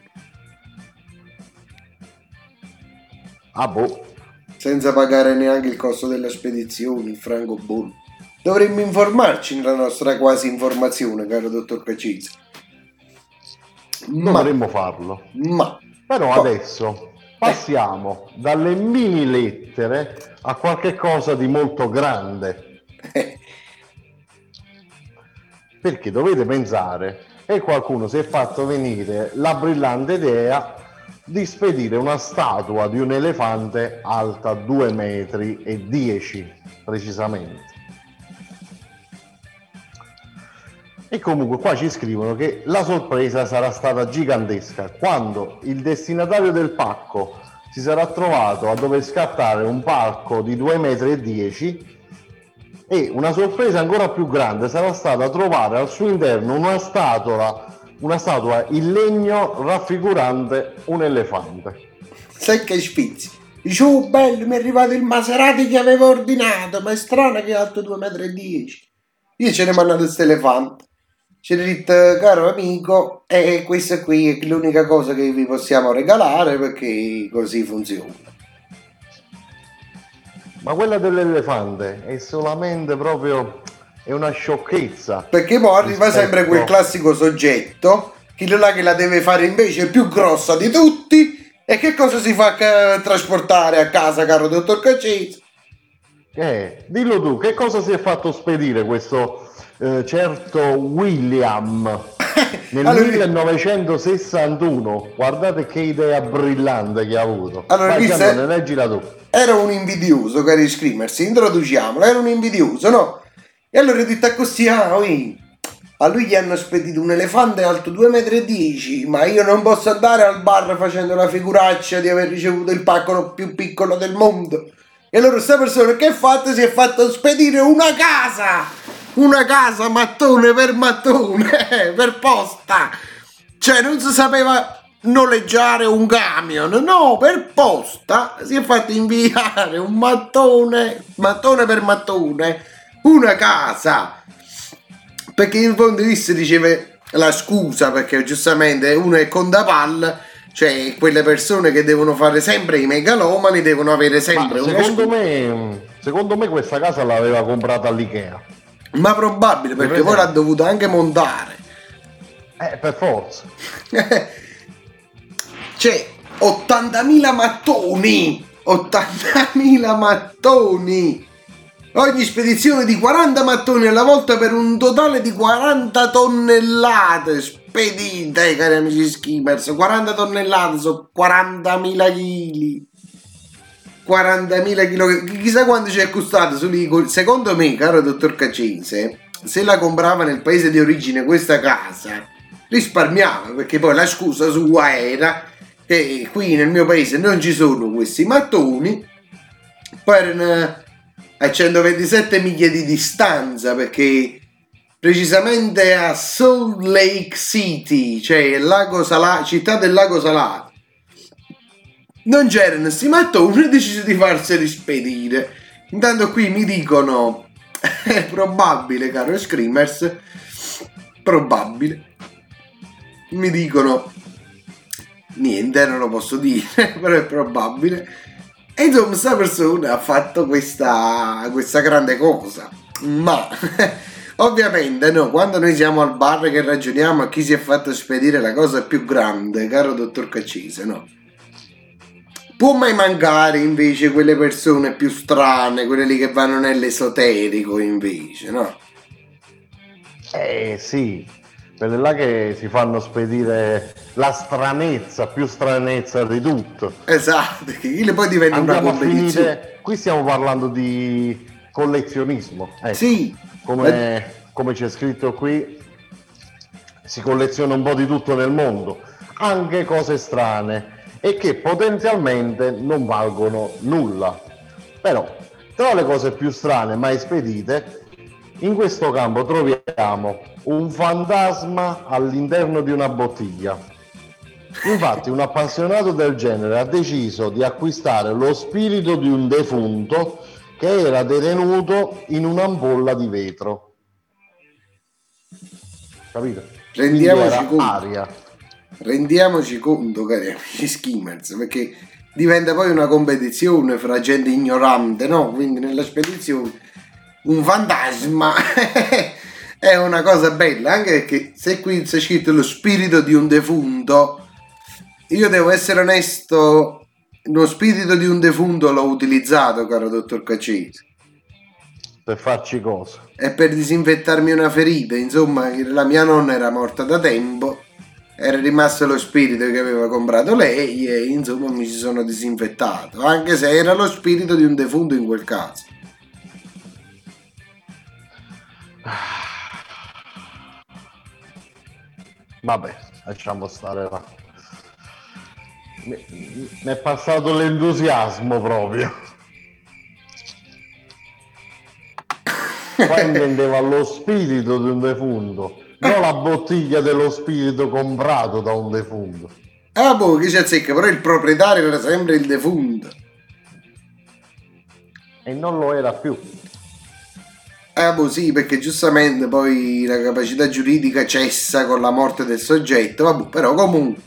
Ah boh. Senza pagare neanche il costo della spedizione, il francobollo. Dovremmo informarci nella nostra quasi informazione, caro dottor Caccese. Dovremmo farlo. Però adesso passiamo dalle mini lettere a qualche cosa di molto grande. Perché dovete pensare che qualcuno si è fatto venire la brillante idea di spedire una statua di un elefante alta 2,10 metri precisamente. E comunque qua ci scrivono che la sorpresa sarà stata gigantesca quando il destinatario del pacco si sarà trovato a dover scattare un palco di 2,10 m, e una sorpresa ancora più grande sarà stata trovare al suo interno una statua in legno raffigurante un elefante. Sai che spizzi? Dice, oh bello, mi è arrivato il Maserati che avevo ordinato, ma è strano che è alto 2,10 m. Io ce ne ho mandato questo elefante. Ci ho detto, caro amico, questa qui è l'unica cosa che vi possiamo regalare perché così funziona. Ma quella dell'elefante è solamente proprio, è una sciocchezza. Perché mo arriva sempre quel classico soggetto, quello là che la deve fare invece più grossa di tutti, e che cosa si fa trasportare a casa, caro dottor Caccese? Dillo tu, che cosa si è fatto spedire questo certo William nel Allora, 1961? Guardate che idea brillante che ha avuto. Allora, vai, Giannone, leggila tu. Era un invidioso, cari screamers, introduciamolo, era un invidioso, no? E allora è detto così, a lui gli hanno spedito un elefante alto 2,10 m, ma io non posso andare al bar facendo la figuraccia di aver ricevuto il pacco più piccolo del mondo. E allora questa persona che ha fatto? Si è fatto spedire una casa mattone per mattone, per posta. Cioè non si sapeva noleggiare un camion, no, per posta si è fatto inviare un mattone per mattone, una casa, perché in fondo lì si riceve la scusa, perché giustamente uno è contapalle, cioè quelle persone che devono fare sempre i megalomani devono avere sempre una scusa. Secondo me questa casa l'aveva comprata all'Ikea. Ma probabile, perché poi l'ha dovuta anche montare. Per forza. Cioè, 80.000 mattoni! 80.000 mattoni! Ogni spedizione di 40 mattoni alla volta per un totale di 40 tonnellate spedite, cari amici skimmers. 40 tonnellate sono 40.000 kg. 40.000 kg. Chissà quanto ci è costato. Secondo me, caro dottor Caccese, se la comprava nel paese di origine questa casa, risparmiava, perché poi la scusa sua era che qui nel mio paese non ci sono questi mattoni, poi erano a 127 miglia di distanza, perché precisamente a Salt Lake City, cioè città del lago Salato, non c'erano questi mattoni, e deciso di farseli spedire. Intanto qui mi dicono è probabile, caro Screamers, probabile, mi dicono niente, non lo posso dire, però è probabile. E insomma questa persona ha fatto questa grande cosa, ma ovviamente no, quando noi siamo al bar che ragioniamo a chi si è fatto spedire la cosa più grande, caro dottor Caccese, no? Può mai mancare invece quelle persone più strane, quelle lì che vanno nell'esoterico invece, no? Sì, quelle là che si fanno spedire la stranezza, più stranezza di tutto. Esatto, che poi diventa Andiamo una competizione. qui stiamo parlando di collezionismo. Ecco. Sì. Come c'è scritto qui, si colleziona un po' di tutto nel mondo, anche cose strane e che potenzialmente non valgono nulla. Però tra le cose più strane mai spedite, in questo campo troviamo un fantasma all'interno di una bottiglia. Infatti un appassionato del genere ha deciso di acquistare lo spirito di un defunto che era detenuto in un'ampolla di vetro. Capito? Rendiamoci conto, cari amici skimmers, perché diventa poi una competizione fra gente ignorante, no? Quindi nella spedizione un fantasma è una cosa bella, anche perché se qui c'è scritto lo spirito di un defunto, io devo essere onesto, lo spirito di un defunto l'ho utilizzato, caro dottor Caccese. Per farci cosa? E per disinfettarmi una ferita, insomma, la mia nonna era morta da tempo, era rimasto lo spirito che aveva comprato lei e insomma mi ci sono disinfettato, anche se era lo spirito di un defunto in quel caso. Vabbè, lasciamo stare là. Mi è passato l'entusiasmo proprio. Qua intendeva lo spirito di un defunto, non la bottiglia dello spirito comprato da un defunto. Ah, boh, che ci azzecca, però il proprietario era sempre il defunto. E non lo era più. Ah, boh, sì, perché giustamente poi la capacità giuridica cessa con la morte del soggetto, vabbè, però comunque,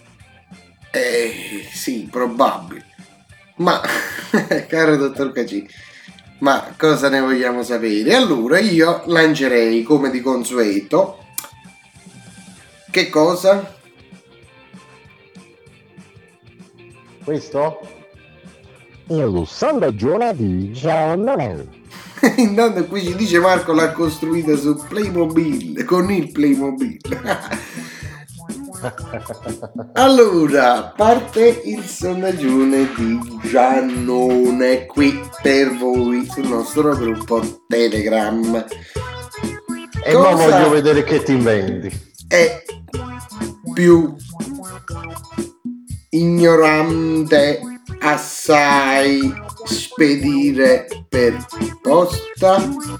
sì, probabile. Ma, caro dottor Cacci, ma cosa ne vogliamo sapere? Allora, io lancerei, come di consueto, che cosa? Questo? Il sondaggio di Giannone. Intanto qui ci dice Marco l'ha costruita su Playmobil, con il Playmobil. Allora, parte il sondaggione di Giannone qui per voi sul nostro gruppo Telegram. E non voglio vedere che ti inventi. È più ignorante assai spedire per posta?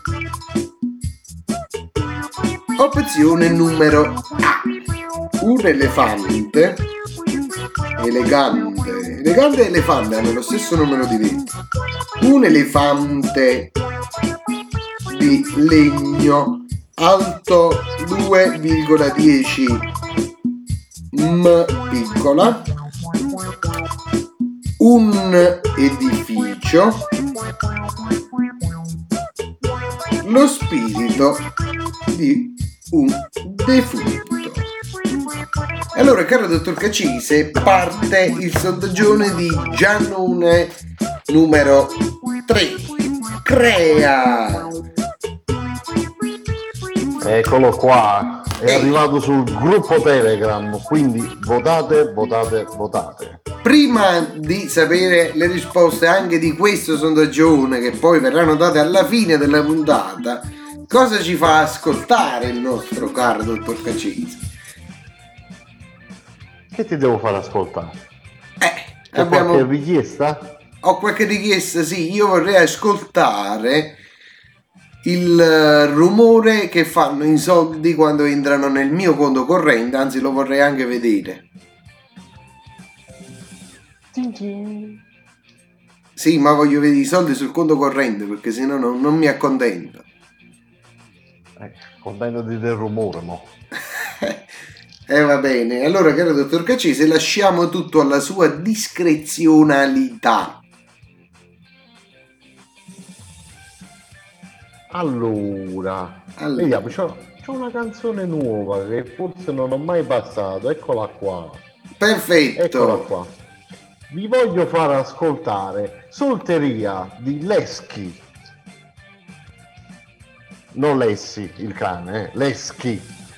Opzione numero A: un elefante elegante e elefante hanno lo stesso numero di denti. Un elefante di legno alto 2,10 m piccola. Un edificio. Lo spirito di un defunto. Allora, caro dottor Cacise, parte il sondaggione di Giannone numero 3. Crea. Eccolo qua, è arrivato sul gruppo Telegram, quindi votate. Prima di sapere le risposte anche di questo sondaggione, che poi verranno date alla fine della puntata, cosa ci fa ascoltare il nostro caro dottor Cacise? Che ti devo far ascoltare? Abbiamo qualche richiesta? Ho qualche richiesta, sì, io vorrei ascoltare il rumore che fanno i soldi quando entrano nel mio conto corrente, anzi lo vorrei anche vedere. Sì, ma voglio vedere i soldi sul conto corrente, perché sennò non mi accontento. Contento del rumore, mo. Va bene, allora caro dottor Cacese, lasciamo tutto alla sua discrezionalità. Allora. Vediamo, c'ho una canzone nuova che forse non ho mai passato, eccola qua. Perfetto. Eccola qua. Vi voglio far ascoltare Solteria di Leschi. Non Lessi, il cane, Leschi.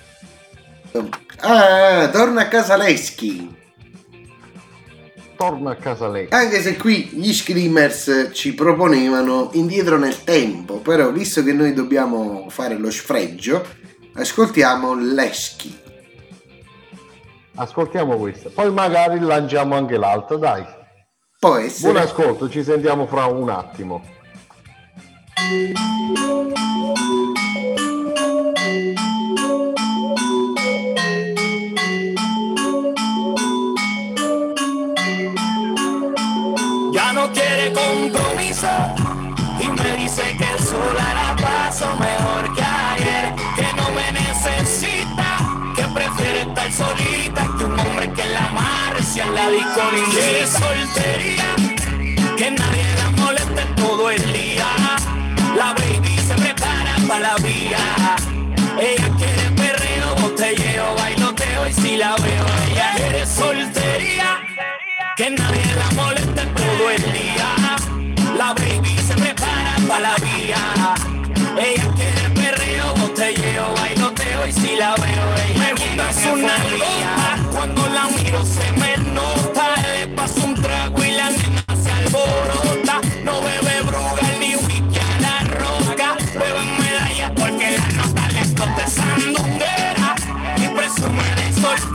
Ah, torna a casa Leschi. Torna a casa Leschi. Anche se qui gli screamers ci proponevano Indietro nel tempo, però visto che noi dobbiamo fare lo sfregio, ascoltiamo Leschi. Ascoltiamo questa, poi magari lanciamo anche l'altra, dai. Può essere. Buon ascolto, ci sentiamo fra un attimo. Ya no quiere compromiso y me dice que sola la paso mejor que ayer, que no me necesita, que prefiere estar solita que un hombre que la amarre si en la disco quiere soltería, que nadie la moleste todo el día. La baby se prepara para la vía. Ella quiere perreo, botelleo, bailoteo y si la veo ella quiere soltería, que nadie la moleste todo el día. La baby se prepara para la vía. Ella quiere perreo, botelleo, bailoteo y si la veo ella me gusta su nalgota. Cuando la miro se me nota. Le paso un trago y la nena se alborota. No bebe Brugal ni whisky a la roca. Bebe medallas porque la nota le esconde sandunguera y presume de sol.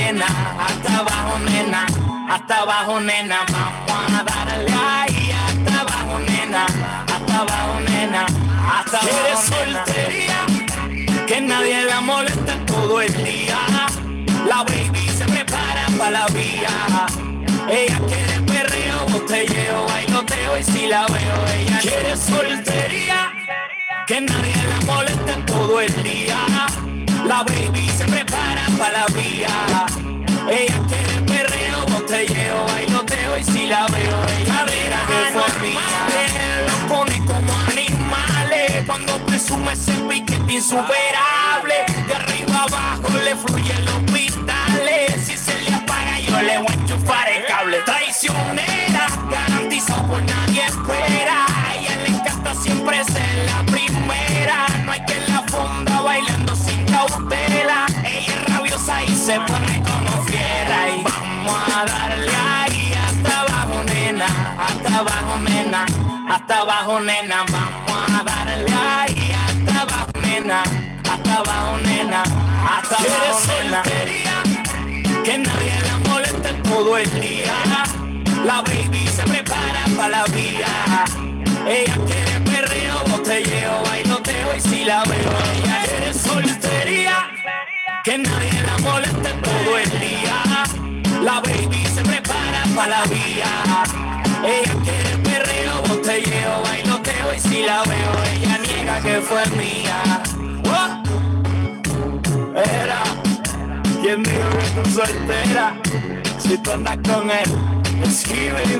nena, hasta abajo nena, hasta abajo nena, vamos a darle ahí, hasta abajo nena, hasta abajo nena, hasta abajo nena. Soltería, que nadie la moleste todo el día, la baby se prepara para la vía, ella quiere perreo, botelleo, bailoteo y si la veo ella quiere soltería, que nadie la moleste todo el día, la baby se prepara para la vía, ella quiere perreo, botelleo, bailoteo y si la veo ella verá que fue mía, los pone como animales, cuando presume ese piquete insuperable, de arriba abajo le fluyen los vitales, si se le apaga yo le voy a enchufar el cable, traicionera, garantizado por nadie espera, a ella le encanta siempre ser la primera, no hay que la fonda bailando sin cautela, ella es rabiosa y se pone como fiera y vamos a darle ahí hasta abajo nena, hasta abajo nena, hasta abajo nena, vamos a darle ahí hasta abajo nena, hasta abajo nena, hasta abajo nena, que nadie la moleste todo el día, la baby se prepara para la vía, ella quiere perreo, botelleo, bailoteo y si la veo ella quiere soltería, que nadie la moleste todo el día, la baby se prepara para la vía, ella quiere perreo, botelleo, bailoteo y si la veo ella niega que fue mía. ¡Oh! Era quien dijo que tú soltera, si tú andas con él, escribe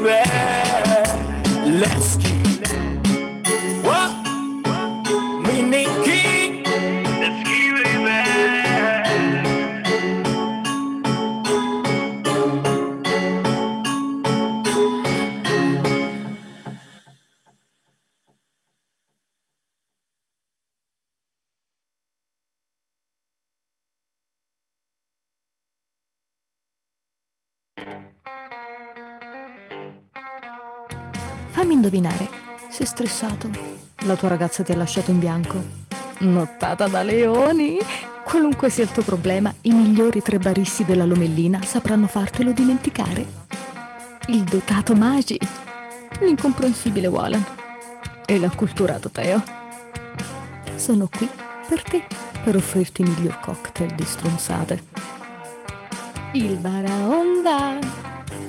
let's go. Mi Nicky, escribe. Fammi indovinare, sei stressato? La tua ragazza ti ha lasciato in bianco? Nottata da leoni? Qualunque sia il tuo problema, i migliori 3 baristi della Lomellina sapranno fartelo dimenticare. Il dotato Magi, l'incomprensibile Walan e l'acculturato Teo sono qui per te, per offrirti i miglior cocktail di stronzate. Il Baraonda.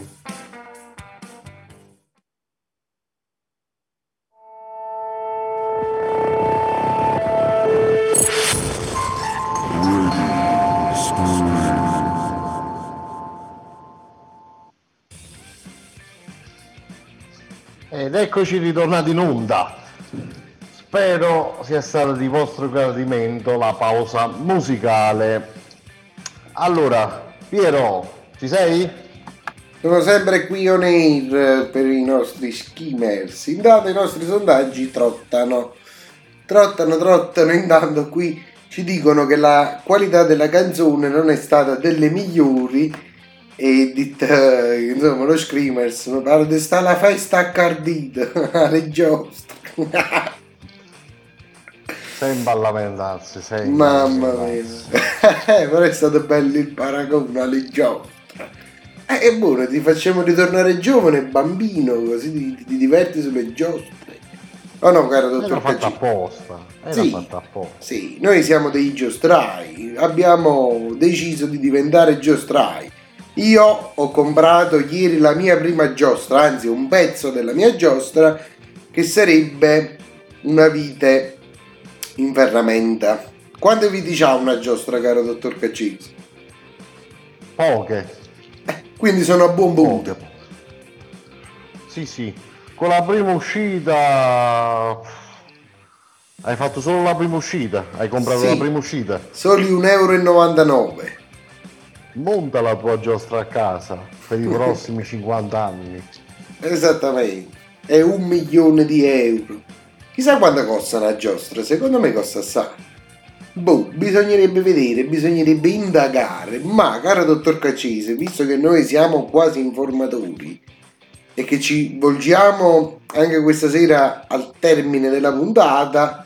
Ed eccoci ritornati in onda. Spero sia stata di vostro gradimento la pausa musicale. Allora, Piero, ci sei? Sono sempre qui on air per i nostri skimmers. Intanto i nostri sondaggi trottano, intanto qui ci dicono che la qualità della canzone non è stata delle migliori e insomma lo screamers mi pare di sta la festa accardita alle giostre. Sembra a lamentarsi, mamma mia. Però è stato bello il paragone alle giostre. E buono, ti facciamo ritornare giovane, bambino, così ti diverti sulle giostre. Oh no, caro dottor Era fatta apposta. Sì, noi siamo dei giostrai, abbiamo deciso di diventare giostrai. Io ho comprato ieri la mia prima giostra, anzi un pezzo della mia giostra, che sarebbe una vite in ferramenta. Quante viti ha una giostra, caro dottor Caccisi? Poche. Quindi sono a buon punto. Sì. Con la prima uscita... Hai fatto solo la prima uscita? Hai comprato la prima uscita? Soli 1,99 €. Monta la tua giostra a casa per i prossimi 50 anni. Esattamente. È 1 milione di euro. Chissà quanto costa una giostra, secondo me costa assai. Bisognerebbe vedere, bisognerebbe indagare, ma caro dottor Caccese, visto che noi siamo quasi informatori e che ci volgiamo anche questa sera al termine della puntata,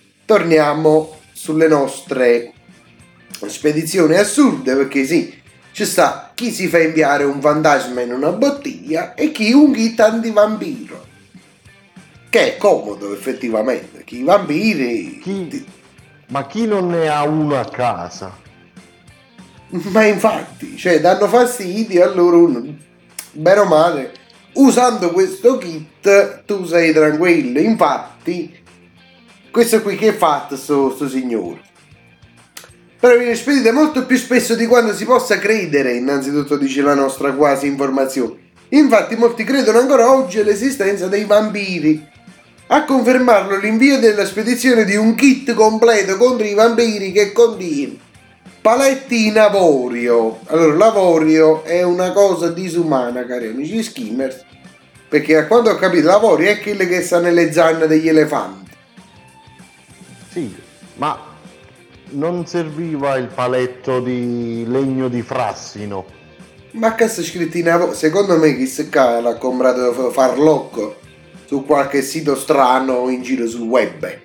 torniamo sulle nostre spedizioni assurde, perché sì, ci sta chi si fa inviare un fantasma in una bottiglia e chi un kit antivampiro, che è comodo effettivamente. Chi i vampiri Ma chi non ne ha uno a casa? Ma infatti, cioè, danno fastidio, allora uno, bene o male, usando questo kit tu sei tranquillo. Infatti, questo qui che è fatto sto signore? Però viene spedito molto più spesso di quanto si possa credere, innanzitutto dice la nostra quasi informazione. Infatti molti credono ancora oggi all'esistenza dei vampiri. A confermarlo l'invio della spedizione di un kit completo contro i vampiri che contiene paletti in avorio. Allora, l'avorio è una cosa disumana, cari amici skimmers, perché a quanto ho capito l'avorio è quello che sta nelle zanne degli elefanti. Sì, ma non serviva il paletto di legno di frassino? Ma che sta scritto in avorio? Secondo me chi se l'ha comprato farlocco su qualche sito strano in giro sul web.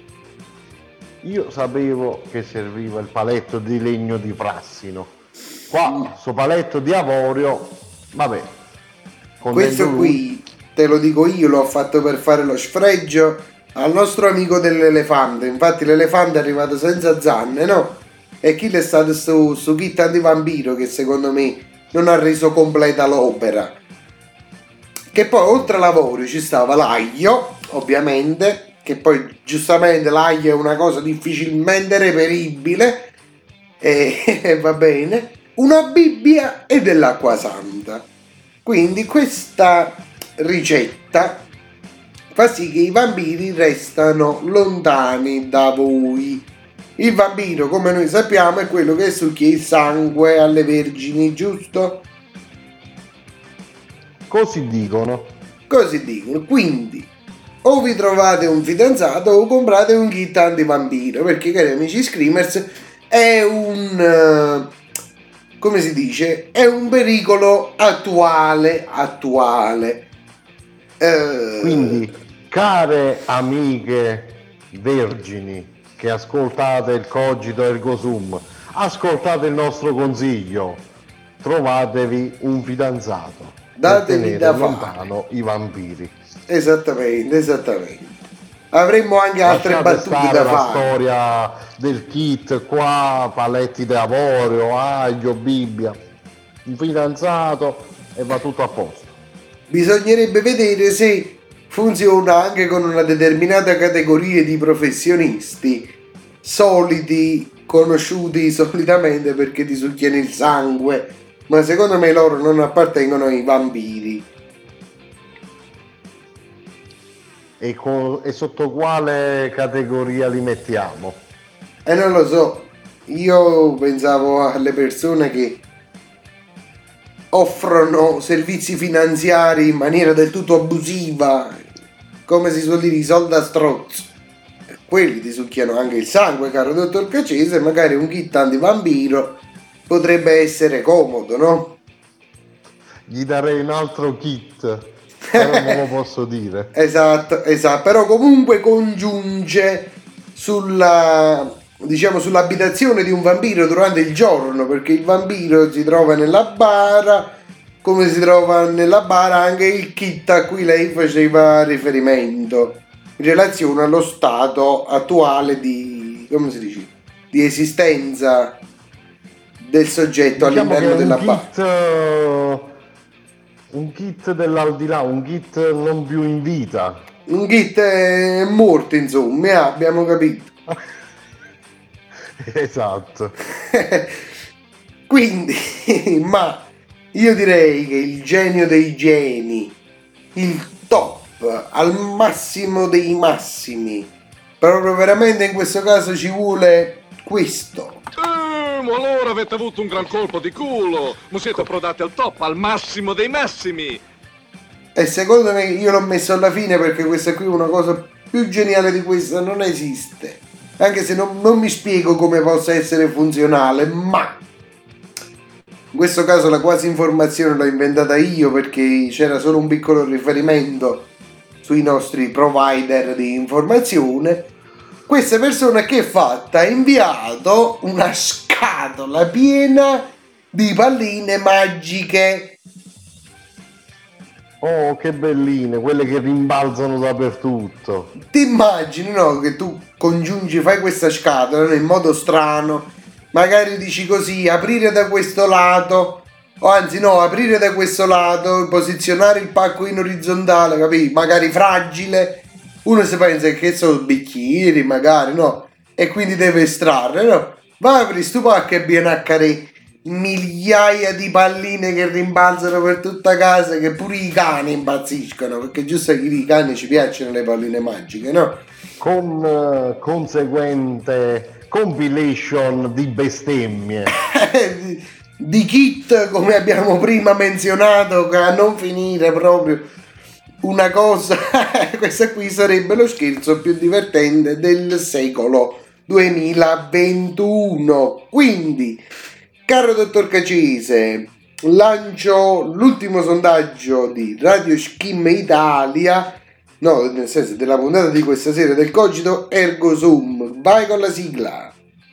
Io sapevo che serviva il paletto di legno di frassino. Qua, sto paletto di avorio, vabbè. Questo qui, te lo dico io, l'ho fatto per fare lo sfregio al nostro amico dell'elefante. Infatti l'elefante è arrivato senza zanne, no? E chi è stato su kit antivampiro che secondo me non ha reso completa l'opera. Che poi oltre all'avorio ci stava l'aglio, ovviamente, che poi giustamente l'aglio è una cosa difficilmente reperibile, e va bene, una Bibbia e dell'acqua santa. Quindi questa ricetta fa sì che i vampiri restano lontani da voi. Il vampiro, come noi sappiamo, è quello che succhia il sangue alle vergini, giusto? Così dicono. Così dicono. Quindi o vi trovate un fidanzato o comprate un kit antivampiro, perché, cari amici screamers, è un come si dice, è un pericolo attuale. Quindi, care amiche vergini che ascoltate il Cogito Ergo Sum, ascoltate il nostro consiglio, trovatevi un fidanzato. Datevi da lontano i vampiri. Esattamente. Avremmo anche altre Lasciate battute da la fare. storia del kit qua, paletti d'avorio, aglio, Bibbia, un fidanzato e va tutto a posto. Bisognerebbe vedere se funziona anche con una determinata categoria di professionisti conosciuti solitamente perché ti succhiano il sangue, ma secondo me loro non appartengono ai vampiri. E sotto quale categoria li mettiamo? Non lo so, io pensavo alle persone che offrono servizi finanziari in maniera del tutto abusiva, come si suol dire, i soldi a strozzo. Quelli ti succhiano anche il sangue, caro dottor Cacese, magari un kit antivampiro potrebbe essere comodo, no? Gli darei un altro kit, però non lo posso dire. Esatto, però comunque congiunge sull'abitazione di un vampiro durante il giorno, perché il vampiro si trova nella bara, come si trova nella bara anche il kit a cui lei faceva riferimento in relazione allo stato attuale di, come si dice, di esistenza del soggetto, diciamo, all'interno della bara. Un kit dell'aldilà, un kit non più in vita. Un kit morto, insomma, abbiamo capito. Esatto. Quindi, ma io direi che il genio dei geni, il top, al massimo dei massimi, proprio veramente in questo caso ci vuole questo. Ma allora avete avuto un gran colpo di culo, ma siete approdati al top, al massimo dei massimi. E secondo me io l'ho messo alla fine perché questa qui è una cosa più geniale di questa, non esiste. Anche se non mi spiego come possa essere funzionale, ma in questo caso la quasi informazione l'ho inventata io perché c'era solo un piccolo riferimento sui nostri provider di informazione. Questa persona che è fatta ha inviato una scatola piena di palline magiche. Oh, che belline, quelle che rimbalzano dappertutto. Ti immagini, no, che tu fai questa scatola, no, in modo strano, magari dici così, aprire da questo lato, o anzi no, aprire da questo lato, posizionare il pacco in orizzontale, capì? Magari fragile, uno si pensa che sono bicchieri, magari, no? E quindi deve estrarre, no? Va, apri sto pacco e viene a carere migliaia di palline che rimbalzano per tutta casa, che pure i cani impazziscono, perché giusto che i cani ci piacciono le palline magiche, no? Con conseguente compilation di bestemmie. Di kit, come abbiamo prima menzionato, che a non finire proprio una cosa. Questa qui sarebbe lo scherzo più divertente del secolo 2021. Quindi, caro dottor Cacese, lancio l'ultimo sondaggio di Radio Schim Italia, no, nel senso della puntata di questa sera del Cogito Ergo Sum. Vai con la sigla.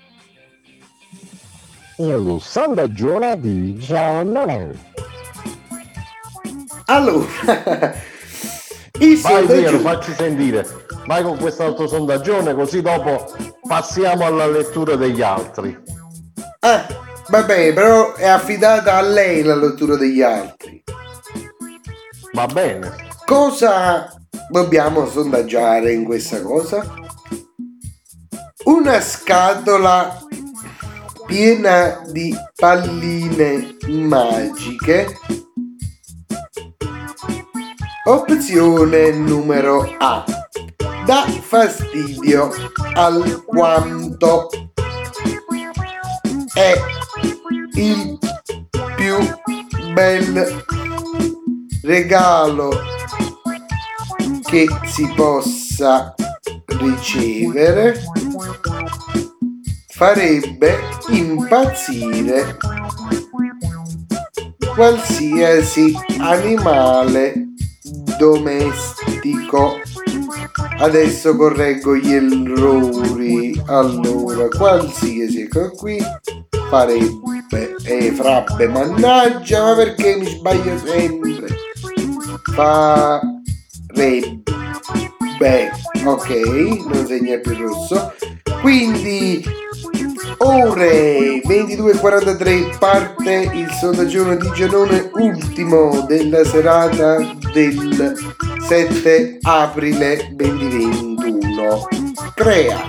Il sondaggio di giornale. Allora, il Vai Piero, sondaggio... facci sentire. Vai con quest'altro sondaggione, così dopo passiamo alla lettura degli altri. Vabbè, però è affidata a lei la lettura degli altri. Va bene. Cosa dobbiamo sondaggiare in questa cosa? Una scatola piena di palline magiche. Opzione numero A. Dà fastidio alquanto è il più bel regalo che si possa ricevere, farebbe impazzire qualsiasi animale domestico. Adesso correggo gli errori. Allora, qualsiasi, ecco qui, farebbe frabbe, mannaggia, ma perché mi sbaglio sempre? Farebbe, ok, non segna più rosso. Quindi ore 22:43 parte il sondaggio di Gianone, ultimo della serata del 7 aprile 2021. Crea.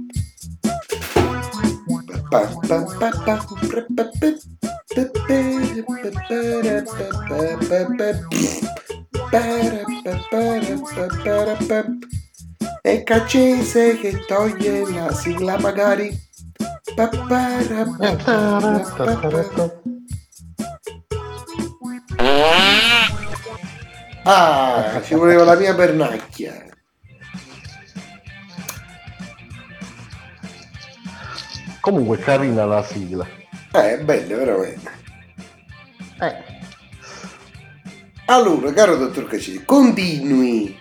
È Cacese che toglie la sigla magari. Ah, ci voleva la mia pernacchia. Comunque carina la sigla. È bella veramente. Allora, caro dottor Cacese, continui.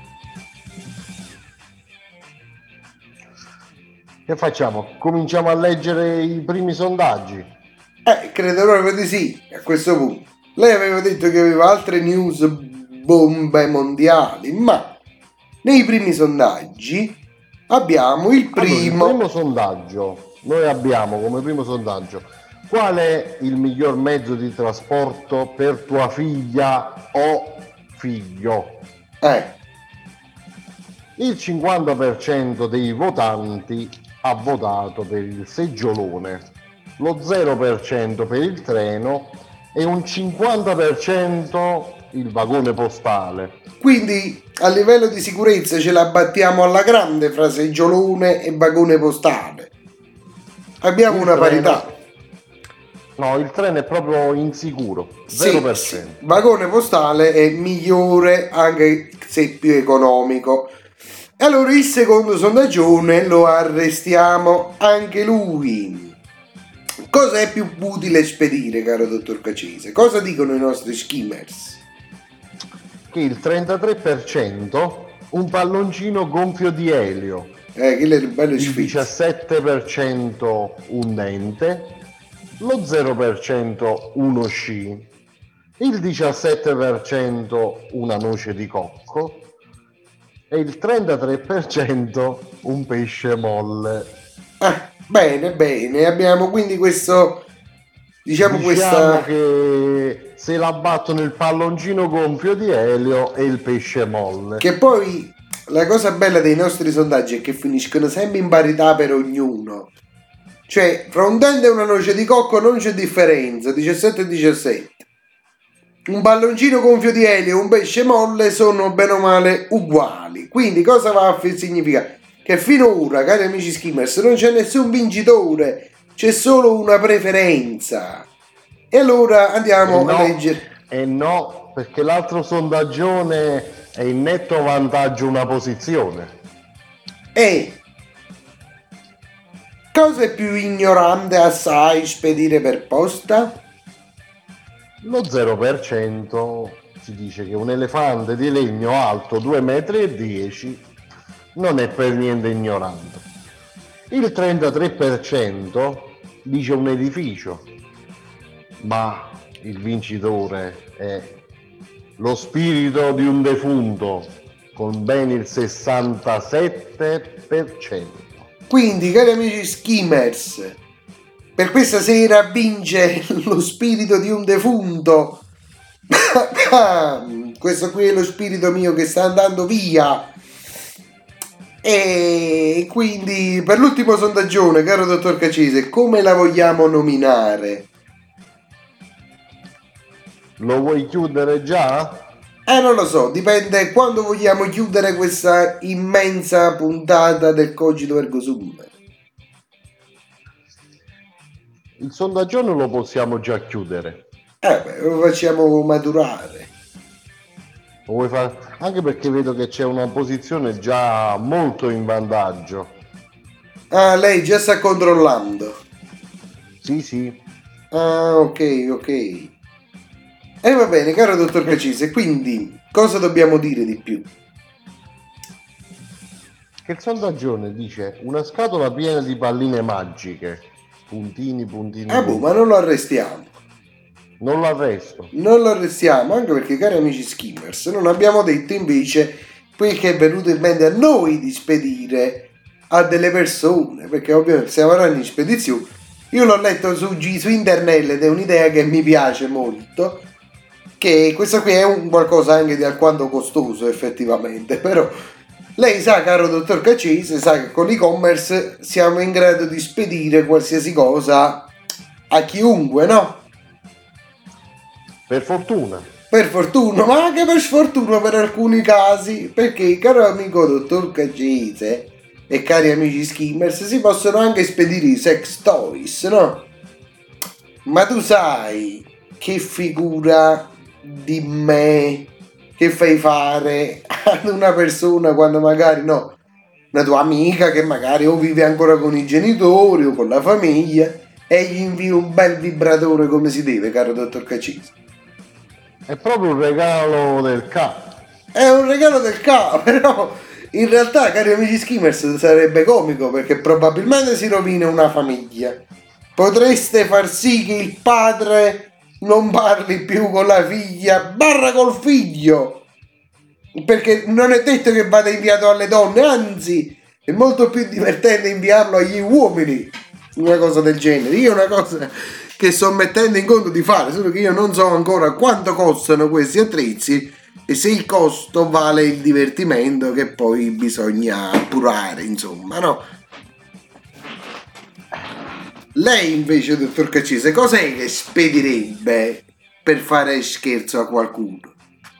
Che facciamo? Cominciamo a leggere i primi sondaggi. Credo proprio di sì, a questo punto. Lei aveva detto che aveva altre news bombe mondiali, ma nei primi sondaggi abbiamo il primo. Allora, il primo sondaggio, noi abbiamo come primo sondaggio: qual è il miglior mezzo di trasporto per tua figlia o figlio? Il 50% dei votanti ha votato per il seggiolone, lo 0% per il treno e un 50% il vagone postale. Quindi a livello di sicurezza ce la battiamo alla grande fra seggiolone e vagone postale. Abbiamo una parità. No, il treno è proprio insicuro, 0%. Sì. Vagone postale è migliore, anche se più economico. E allora il secondo sondaggione lo arrestiamo anche lui. Cosa è più utile spedire, caro dottor Cacese? Cosa dicono i nostri skimmers? Che il 33% un palloncino gonfio di elio, Che è bello il sfizio. 17% un dente, lo 0% uno sci, il 17% una noce di cocco e il 33% un pesce molle. Bene, bene, abbiamo quindi questo, diciamo questa... che se la battono il palloncino gonfio di elio e il pesce molle. Che poi la cosa bella dei nostri sondaggi è che finiscono sempre in parità per ognuno. Cioè, fra un dente e una noce di cocco non c'è differenza, 17 e 17. Un palloncino gonfio di elio e un pesce molle sono bene o male uguali. Quindi cosa va a significare? Che finora, cari amici skimmers, non c'è nessun vincitore, c'è solo una preferenza. E allora andiamo a leggere. No, perché l'altro sondaggione è in netto vantaggio una posizione. Cosa è più ignorante assai spedire per posta? Lo 0% ci dice che un elefante di legno alto 2,10 m non è per niente ignorante. Il 33% dice un edificio, ma il vincitore è lo spirito di un defunto con ben il 67%. Quindi, cari amici skimmers, per questa sera vince lo spirito di un defunto. Questo qui è lo spirito mio che sta andando via. E quindi per l'ultimo sondaggione, caro dottor Cacese, come la vogliamo nominare? Lo vuoi chiudere già? Non lo so, dipende quando vogliamo chiudere questa immensa puntata del Cogito Ergo Sum. Il sondaggione lo possiamo già chiudere. Lo facciamo maturare. Lo vuoi fare? Anche perché vedo che c'è una posizione già molto in vantaggio. Lei già sta controllando. Sì. Ok. Va bene, caro dottor Cacise, quindi cosa dobbiamo dire di più? Che il sondaggione dice una scatola piena di palline magiche. Puntini. Ma non lo arrestiamo. Non lo arresto. Non lo arrestiamo, anche perché, cari amici skimmers, non abbiamo detto invece quel che è venuto in mente a noi di spedire a delle persone, perché ovviamente stiamo andando in spedizione. Io l'ho letto su internet ed è un'idea che mi piace molto, che questo qui è un qualcosa anche di alquanto costoso effettivamente, però lei sa, caro dottor Cacese, sa che con l'e-commerce siamo in grado di spedire qualsiasi cosa a chiunque, no? Per fortuna, Ma anche per sfortuna per alcuni casi, perché, caro amico dottor Cacese e cari amici skimmers, si possono anche spedire i sex toys, no? Ma tu sai che figura di me che fai fare ad una persona quando magari, no, una tua amica che magari o vive ancora con i genitori o con la famiglia e gli invii un bel vibratore come si deve, caro dottor Cacese? è proprio un regalo del capo. È un regalo del capo, però in realtà, cari amici skimmers, sarebbe comico perché probabilmente si rovina una famiglia. Potreste far sì che il padre non parli più con la figlia, barra col figlio, perché non è detto che vada inviato alle donne, anzi è molto più divertente inviarlo agli uomini, una cosa del genere. Io una cosa che sto mettendo in conto di fare, solo che io non so ancora quanto costano questi attrezzi e se il costo vale il divertimento che poi bisogna appurare, insomma, no? Lei invece, dottor Cacese, cos'è che spedirebbe per fare scherzo a qualcuno?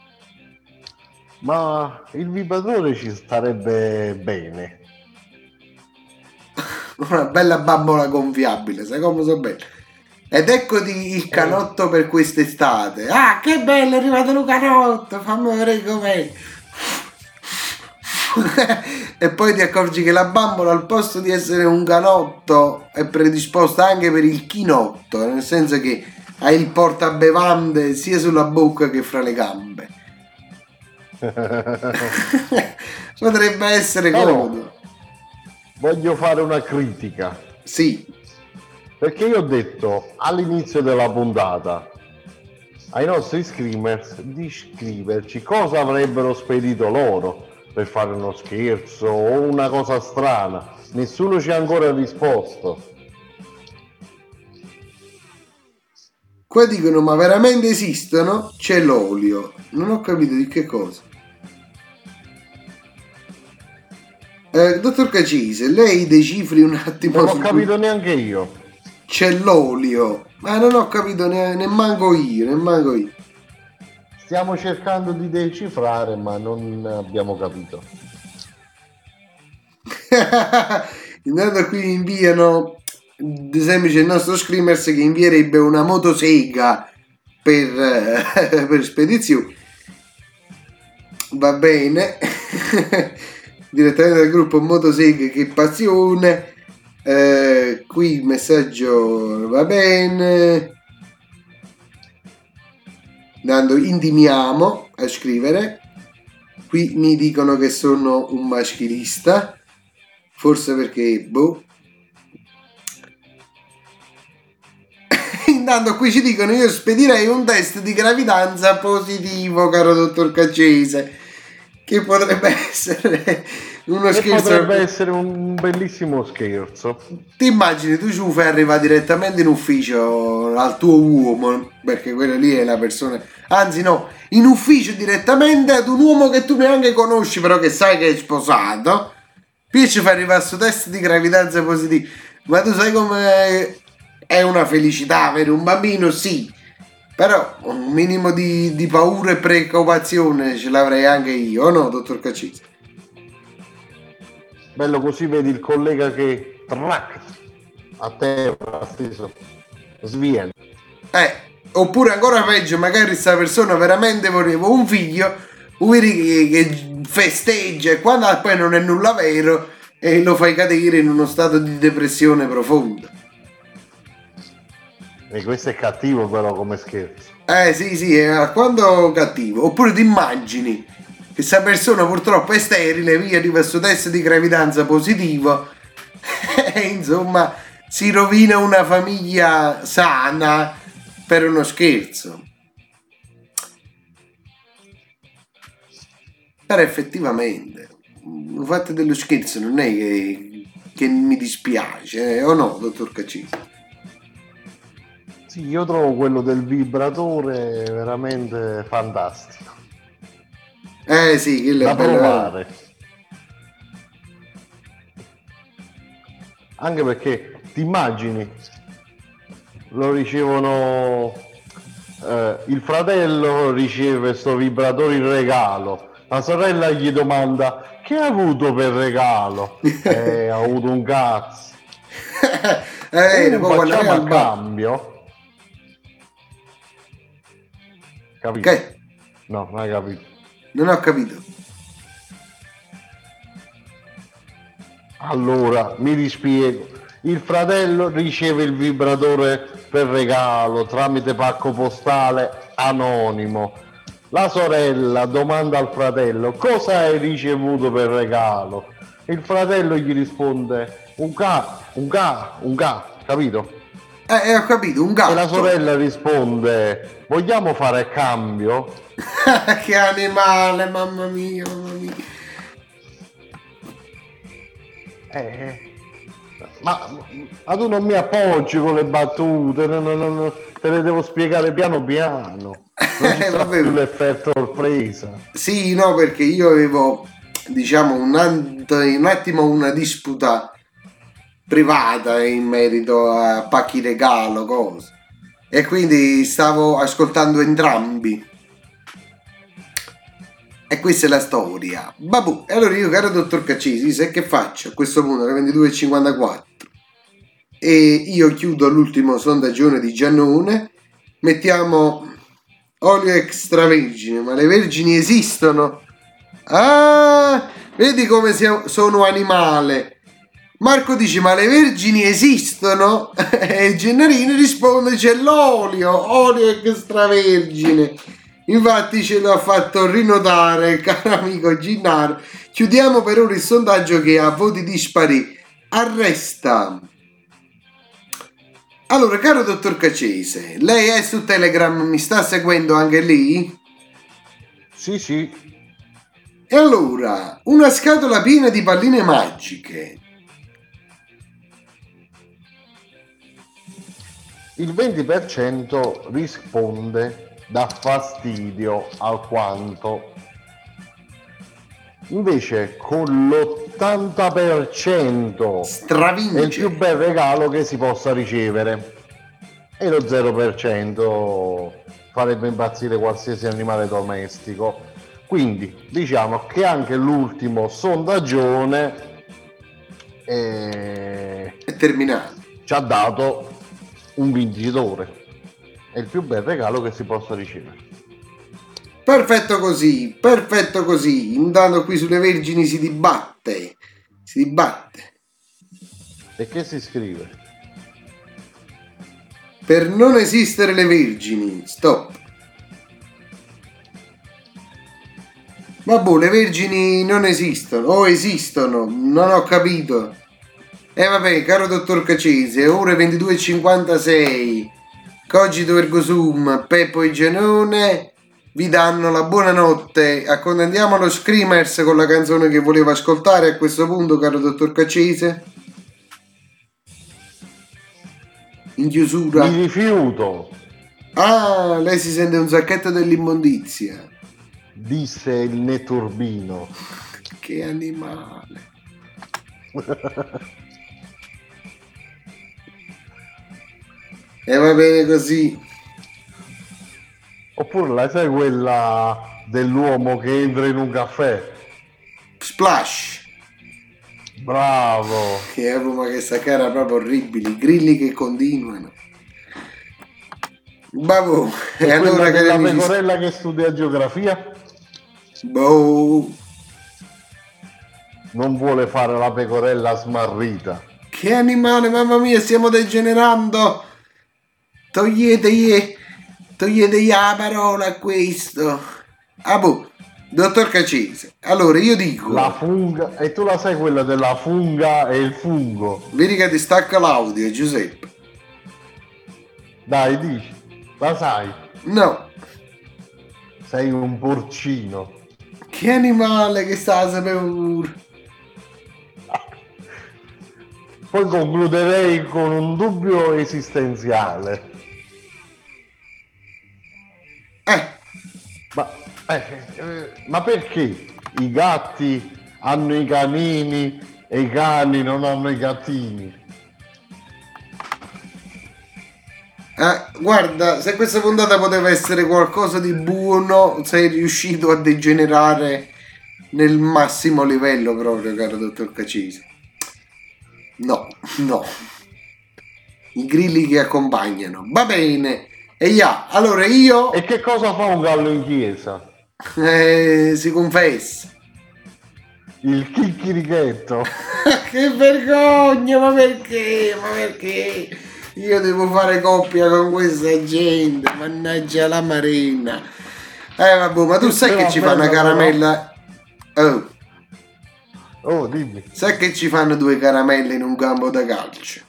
Ma il vibratore ci starebbe bene. Una bella bambola gonfiabile, sai come so bene. Ed eccoti il canotto per quest'estate. Ah, che bello, è arrivato il canotto, fammi vedere com'è. E poi ti accorgi che la bambola, al posto di essere un canotto, è predisposta anche per il chinotto, nel senso che ha il portabevande sia sulla bocca che fra le gambe. Potrebbe essere comodo. Voglio fare una critica. Sì. Perché io ho detto all'inizio della puntata ai nostri screamers di scriverci cosa avrebbero spedito loro per fare uno scherzo o una cosa strana. Nessuno ci ha ancora risposto. Qua dicono, ma veramente esistono? C'è l'olio. Non ho capito di che cosa. Dottor Cacise, lei decifri un attimo. Non ho capito neanche io. C'è l'olio. Ma non ho capito nemmeno io. Stiamo cercando di decifrare, ma non abbiamo capito. Intanto qui inviano, ad esempio c'è il nostro Screamers che invierebbe una motosega per spedizione. Va bene. Direttamente dal gruppo Motoseghe, che passione. Qui il messaggio va bene. Dando intimiamo a scrivere. Qui mi dicono che sono un maschilista, forse perché Intanto qui ci dicono, io spedirei un test di gravidanza positivo, caro dottor Caccese, che potrebbe essere uno scherzo. Potrebbe essere un bellissimo scherzo. Ti immagini, tu ci fai arrivare direttamente in ufficio al tuo uomo, perché quello lì è la persona, anzi no, in ufficio direttamente ad un uomo che tu neanche conosci, però che sai che è sposato, qui ci fai arrivare questo test di gravidanza positivo. Ma tu sai come è una felicità avere un bambino? Sì, però un minimo di paura e preoccupazione ce l'avrei anche io, o no, dottor Caccese? Bello, così vedi il collega che a terra stesso sviene. Oppure ancora peggio, magari questa persona veramente voleva un figlio, che festeggia e quando poi non è nulla vero e lo fai cadere in uno stato di depressione profonda. E questo è cattivo però come scherzo. Sì, è alquanto cattivo. Oppure ti immagini che questa persona purtroppo è sterile, via di questo test di gravidanza positivo e insomma si rovina una famiglia sana per uno scherzo. Però effettivamente il fatto dello scherzo non è che mi dispiace, o no, dottor Caccese? Sì, io trovo quello del vibratore veramente fantastico. Sì, quello da è bello. provare. Anche perché ti immagini, lo ricevono, il fratello riceve sto vibratore in regalo, la sorella gli domanda che ha avuto per regalo. Ha avuto un cazzo. Facciamo a cambio. Capito? Che? No, non hai capito. Non ho capito. Allora, mi rispiego. Il fratello riceve il vibratore per regalo tramite pacco postale anonimo. La sorella domanda al fratello cosa hai ricevuto per regalo. Il fratello gli risponde un ca, capito? Ho capito, un gatto. E la sorella risponde vogliamo fare cambio? Che animale, mamma mia. Ma tu non mi appoggi con le battute, te le devo spiegare piano piano. Non ci sarà più l'effetto sorpresa. Sì, no, perché io avevo, diciamo, un attimo una disputa privata in merito a pacchi regalo, cose. E quindi stavo ascoltando entrambi. E questa è la storia. Babù. E allora io, caro dottor Caccesi, sai che faccio a questo punto, alle 22:54? E io chiudo l'ultimo sondaggione di Giannone. Mettiamo olio extravergine. Ma le vergini esistono? Ah, vedi come sono animale. Marco dice ma le vergini esistono? E Gennarino risponde c'è olio extravergine. Infatti ce l'ha fatto rinotare, caro amico Gennaro. Chiudiamo per ora il sondaggio che a voti dispari arresta Allora, caro dottor Cacese, lei è su Telegram, mi sta seguendo anche lì? Sì. E allora, una scatola piena di palline magiche. Il 20% risponde dà fastidio alquanto. Invece con l'80% Stravince. è il più bel regalo che si possa ricevere. E lo 0% farebbe impazzire qualsiasi animale domestico. Quindi diciamo che anche l'ultimo sondaggione È terminato. ci ha dato un vincitore. È il più bel regalo che si possa ricevere. Perfetto così. Intanto qui sulle Vergini si dibatte. E che si scrive? Per non esistere le Vergini. Stop. Vabbè, le Vergini non esistono. O esistono, non ho capito. E vabbè, caro dottor Cacese, ore 22:56. Cogito ergo sum, Peppo e Gianone vi danno la buonanotte. Accontentiamo lo Screamers con la canzone che voleva ascoltare a questo punto, caro dottor Cacese. In chiusura. Mi rifiuto, Ah, lei si sente un sacchetto dell'immondizia. disse il netturbino. Che animale. E va bene così. Oppure la sai quella dell'uomo che entra in un caffè? Splash. Bravo. Che ma che sta cara proprio orribile. I grilli che continuano. Babbo. E allora Quella cari della amici. pecorella che studia geografia Boh. non vuole fare la pecorella smarrita. Che animale, mamma mia, stiamo degenerando. Toglietegli la parola a questo. Ah boh, dottor Cacese. Allora io dico. La funga, e tu la sai quella della funga e il fungo? Vedi che ti stacca l'audio, Giuseppe. Dai, dici, la sai, No. sei un porcino. Che animale che sta a sapere pure. Poi concluderei con un dubbio esistenziale. Ma perché i gatti hanno i canini e i cani non hanno i gattini? Guarda, se questa puntata poteva essere qualcosa di buono, sei riuscito a degenerare nel massimo livello proprio, caro dottor Cacese. No. I grilli che accompagnano. Va bene. E allora io... E che cosa fa un gallo in chiesa? si confessa. Il chicchirichetto. Che vergogna, ma perché? Io devo fare coppia con questa gente, mannaggia la marina. Vabbè, ma tu sai che ci fa una caramella? Oh, dimmi. Sai che ci fanno 2 caramelle in un campo da calcio?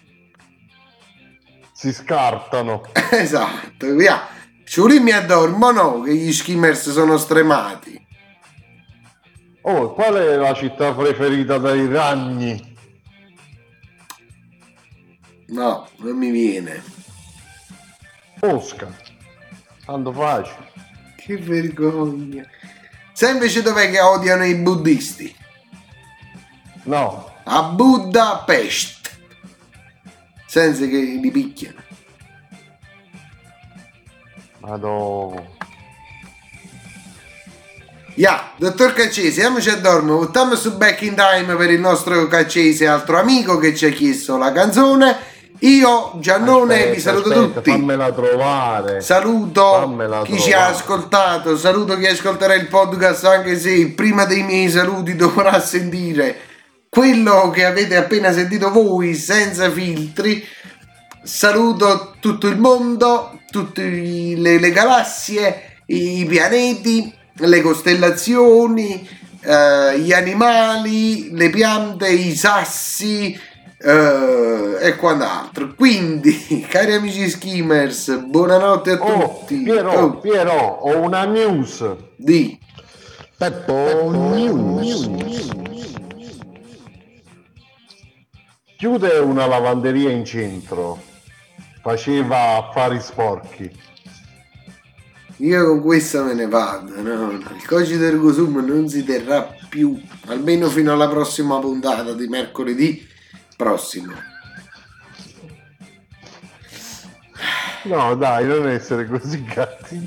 Si scartano. Esatto, via. Ciuli mi addormo, no, che gli skimmers sono stremati. Oh, qual è la città preferita dai ragni? No, non mi viene. Mosca. Tanto facile. Che vergogna. Sai invece dov'è che odiano i buddisti? No. A Budapest. Senza che li picchiano. Madò. Dottor Cacese, andiamoci a dormire. Buttiamo su Back in Time per il nostro Cacese, altro amico che ci ha chiesto la canzone. Io, Giannone, vi saluto tutti. Fammela trovare. Saluto chi ci ha ascoltato, saluto chi ascolterà il podcast, anche se prima dei miei saluti dovrà sentire quello che avete appena sentito voi, senza filtri. Saluto tutto il mondo, tutte le galassie, i pianeti, le costellazioni, gli animali, le piante, i sassi, e quant'altro. Quindi, cari amici skimmers, buonanotte a tutti. Piero, ho una news. Di Peppo News. Chiude una lavanderia in centro. Faceva affari sporchi. io con questa me ne vado, no? Il codice ergo sum non si terrà più, almeno fino alla prossima puntata di mercoledì prossimo. No, dai, non essere così cattivo.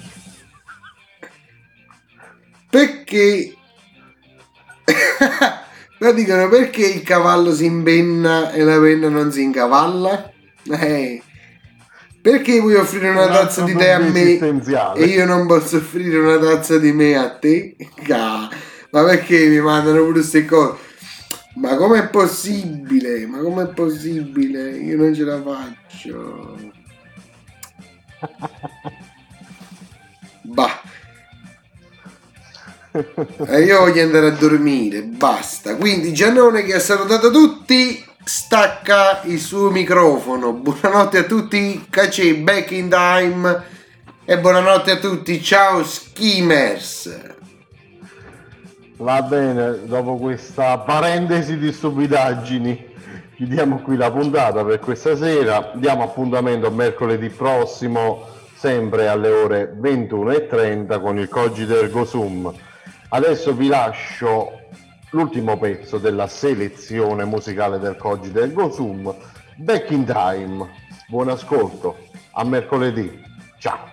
Perché lo dicono, perché il cavallo si impenna e la penna non si incavalla? Perché vuoi offrire una tazza di tè a me e io non posso offrire una tazza di me a te? Ma perché mi mandano pure queste cose? Ma com'è possibile? Ma com'è possibile? Io non ce la faccio. Bah. Io voglio andare a dormire, basta. Quindi Giannone, che ha salutato tutti, stacca il suo microfono. Buonanotte a tutti, cacci back in time. E buonanotte a tutti, ciao skimmers. Va bene, dopo questa parentesi di stupidaggini chiudiamo qui la puntata per questa sera. Diamo appuntamento mercoledì prossimo, sempre alle ore 21:30 con il Cogito ergo sum. Adesso vi lascio l'ultimo pezzo della selezione musicale del Cogito ergo sum, Back in Time. Buon ascolto, a mercoledì, ciao.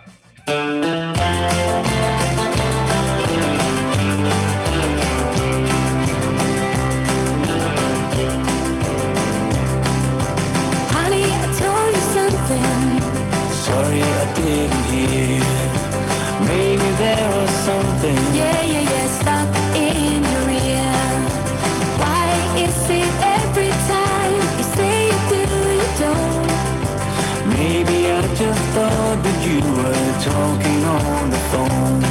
Honey, I told you something. Sorry I didn't hear. Maybe there was something. Yeah, stuck in your ear. Why is it every time you say you do, you don't? Maybe I just thought that you were talking on the phone.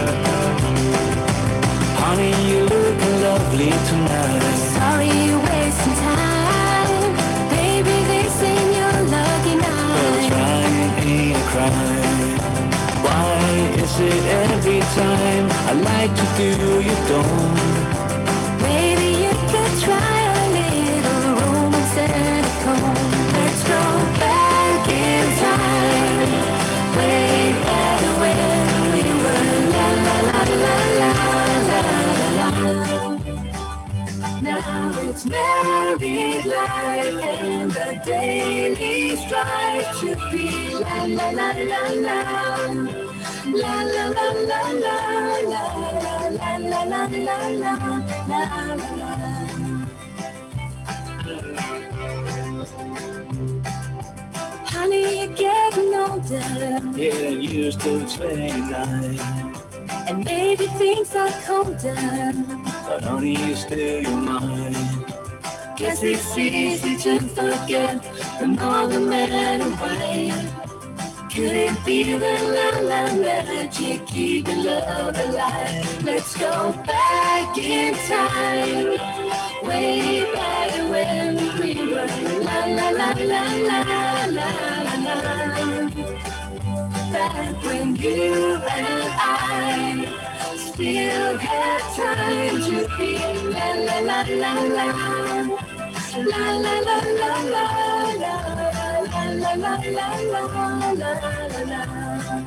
Honey, you look lovely tonight. Sorry you're wasting time. Baby, this ain't your lucky night. Well, trying ain't a crime. Why is it every time I like to do, you don't? Maybe you could try a little romance at home. Let's go back in time, way back when we were la la la la la la la. Now it's married life and the daily strife should be la la la la la. La la la la la la la la la la la la. Honey, you're getting older. Yeah, you're still 29. And maybe things are colder. But honey, you're still mine. Guess it's easy to forget another man away. Could it be the la-la magic keeping love alive? Let's go back in time, way back when we were la-la-la-la-la-la-la. Back when you and I still had time to be la-la-la-la-la. La-la-la-la-la-la. La la la la la la la.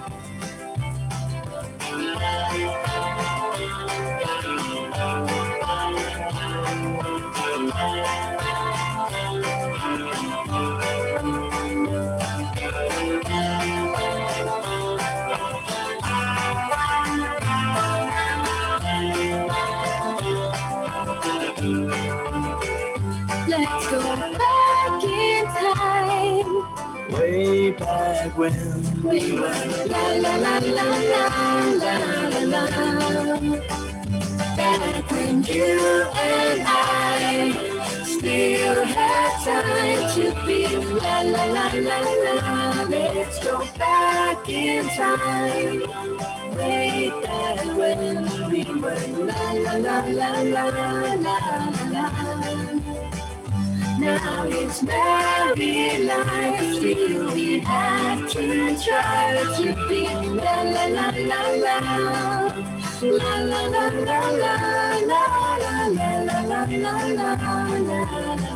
Let's go back in time. Way back when we were la la la la la la la la. Back when you and I still had time to be la la la la la. Let's go back in time. Way back when we were la la la la la la la la. Now it's very life. Still we have to try to be la la la la la. La la la la la la la la la la la la la.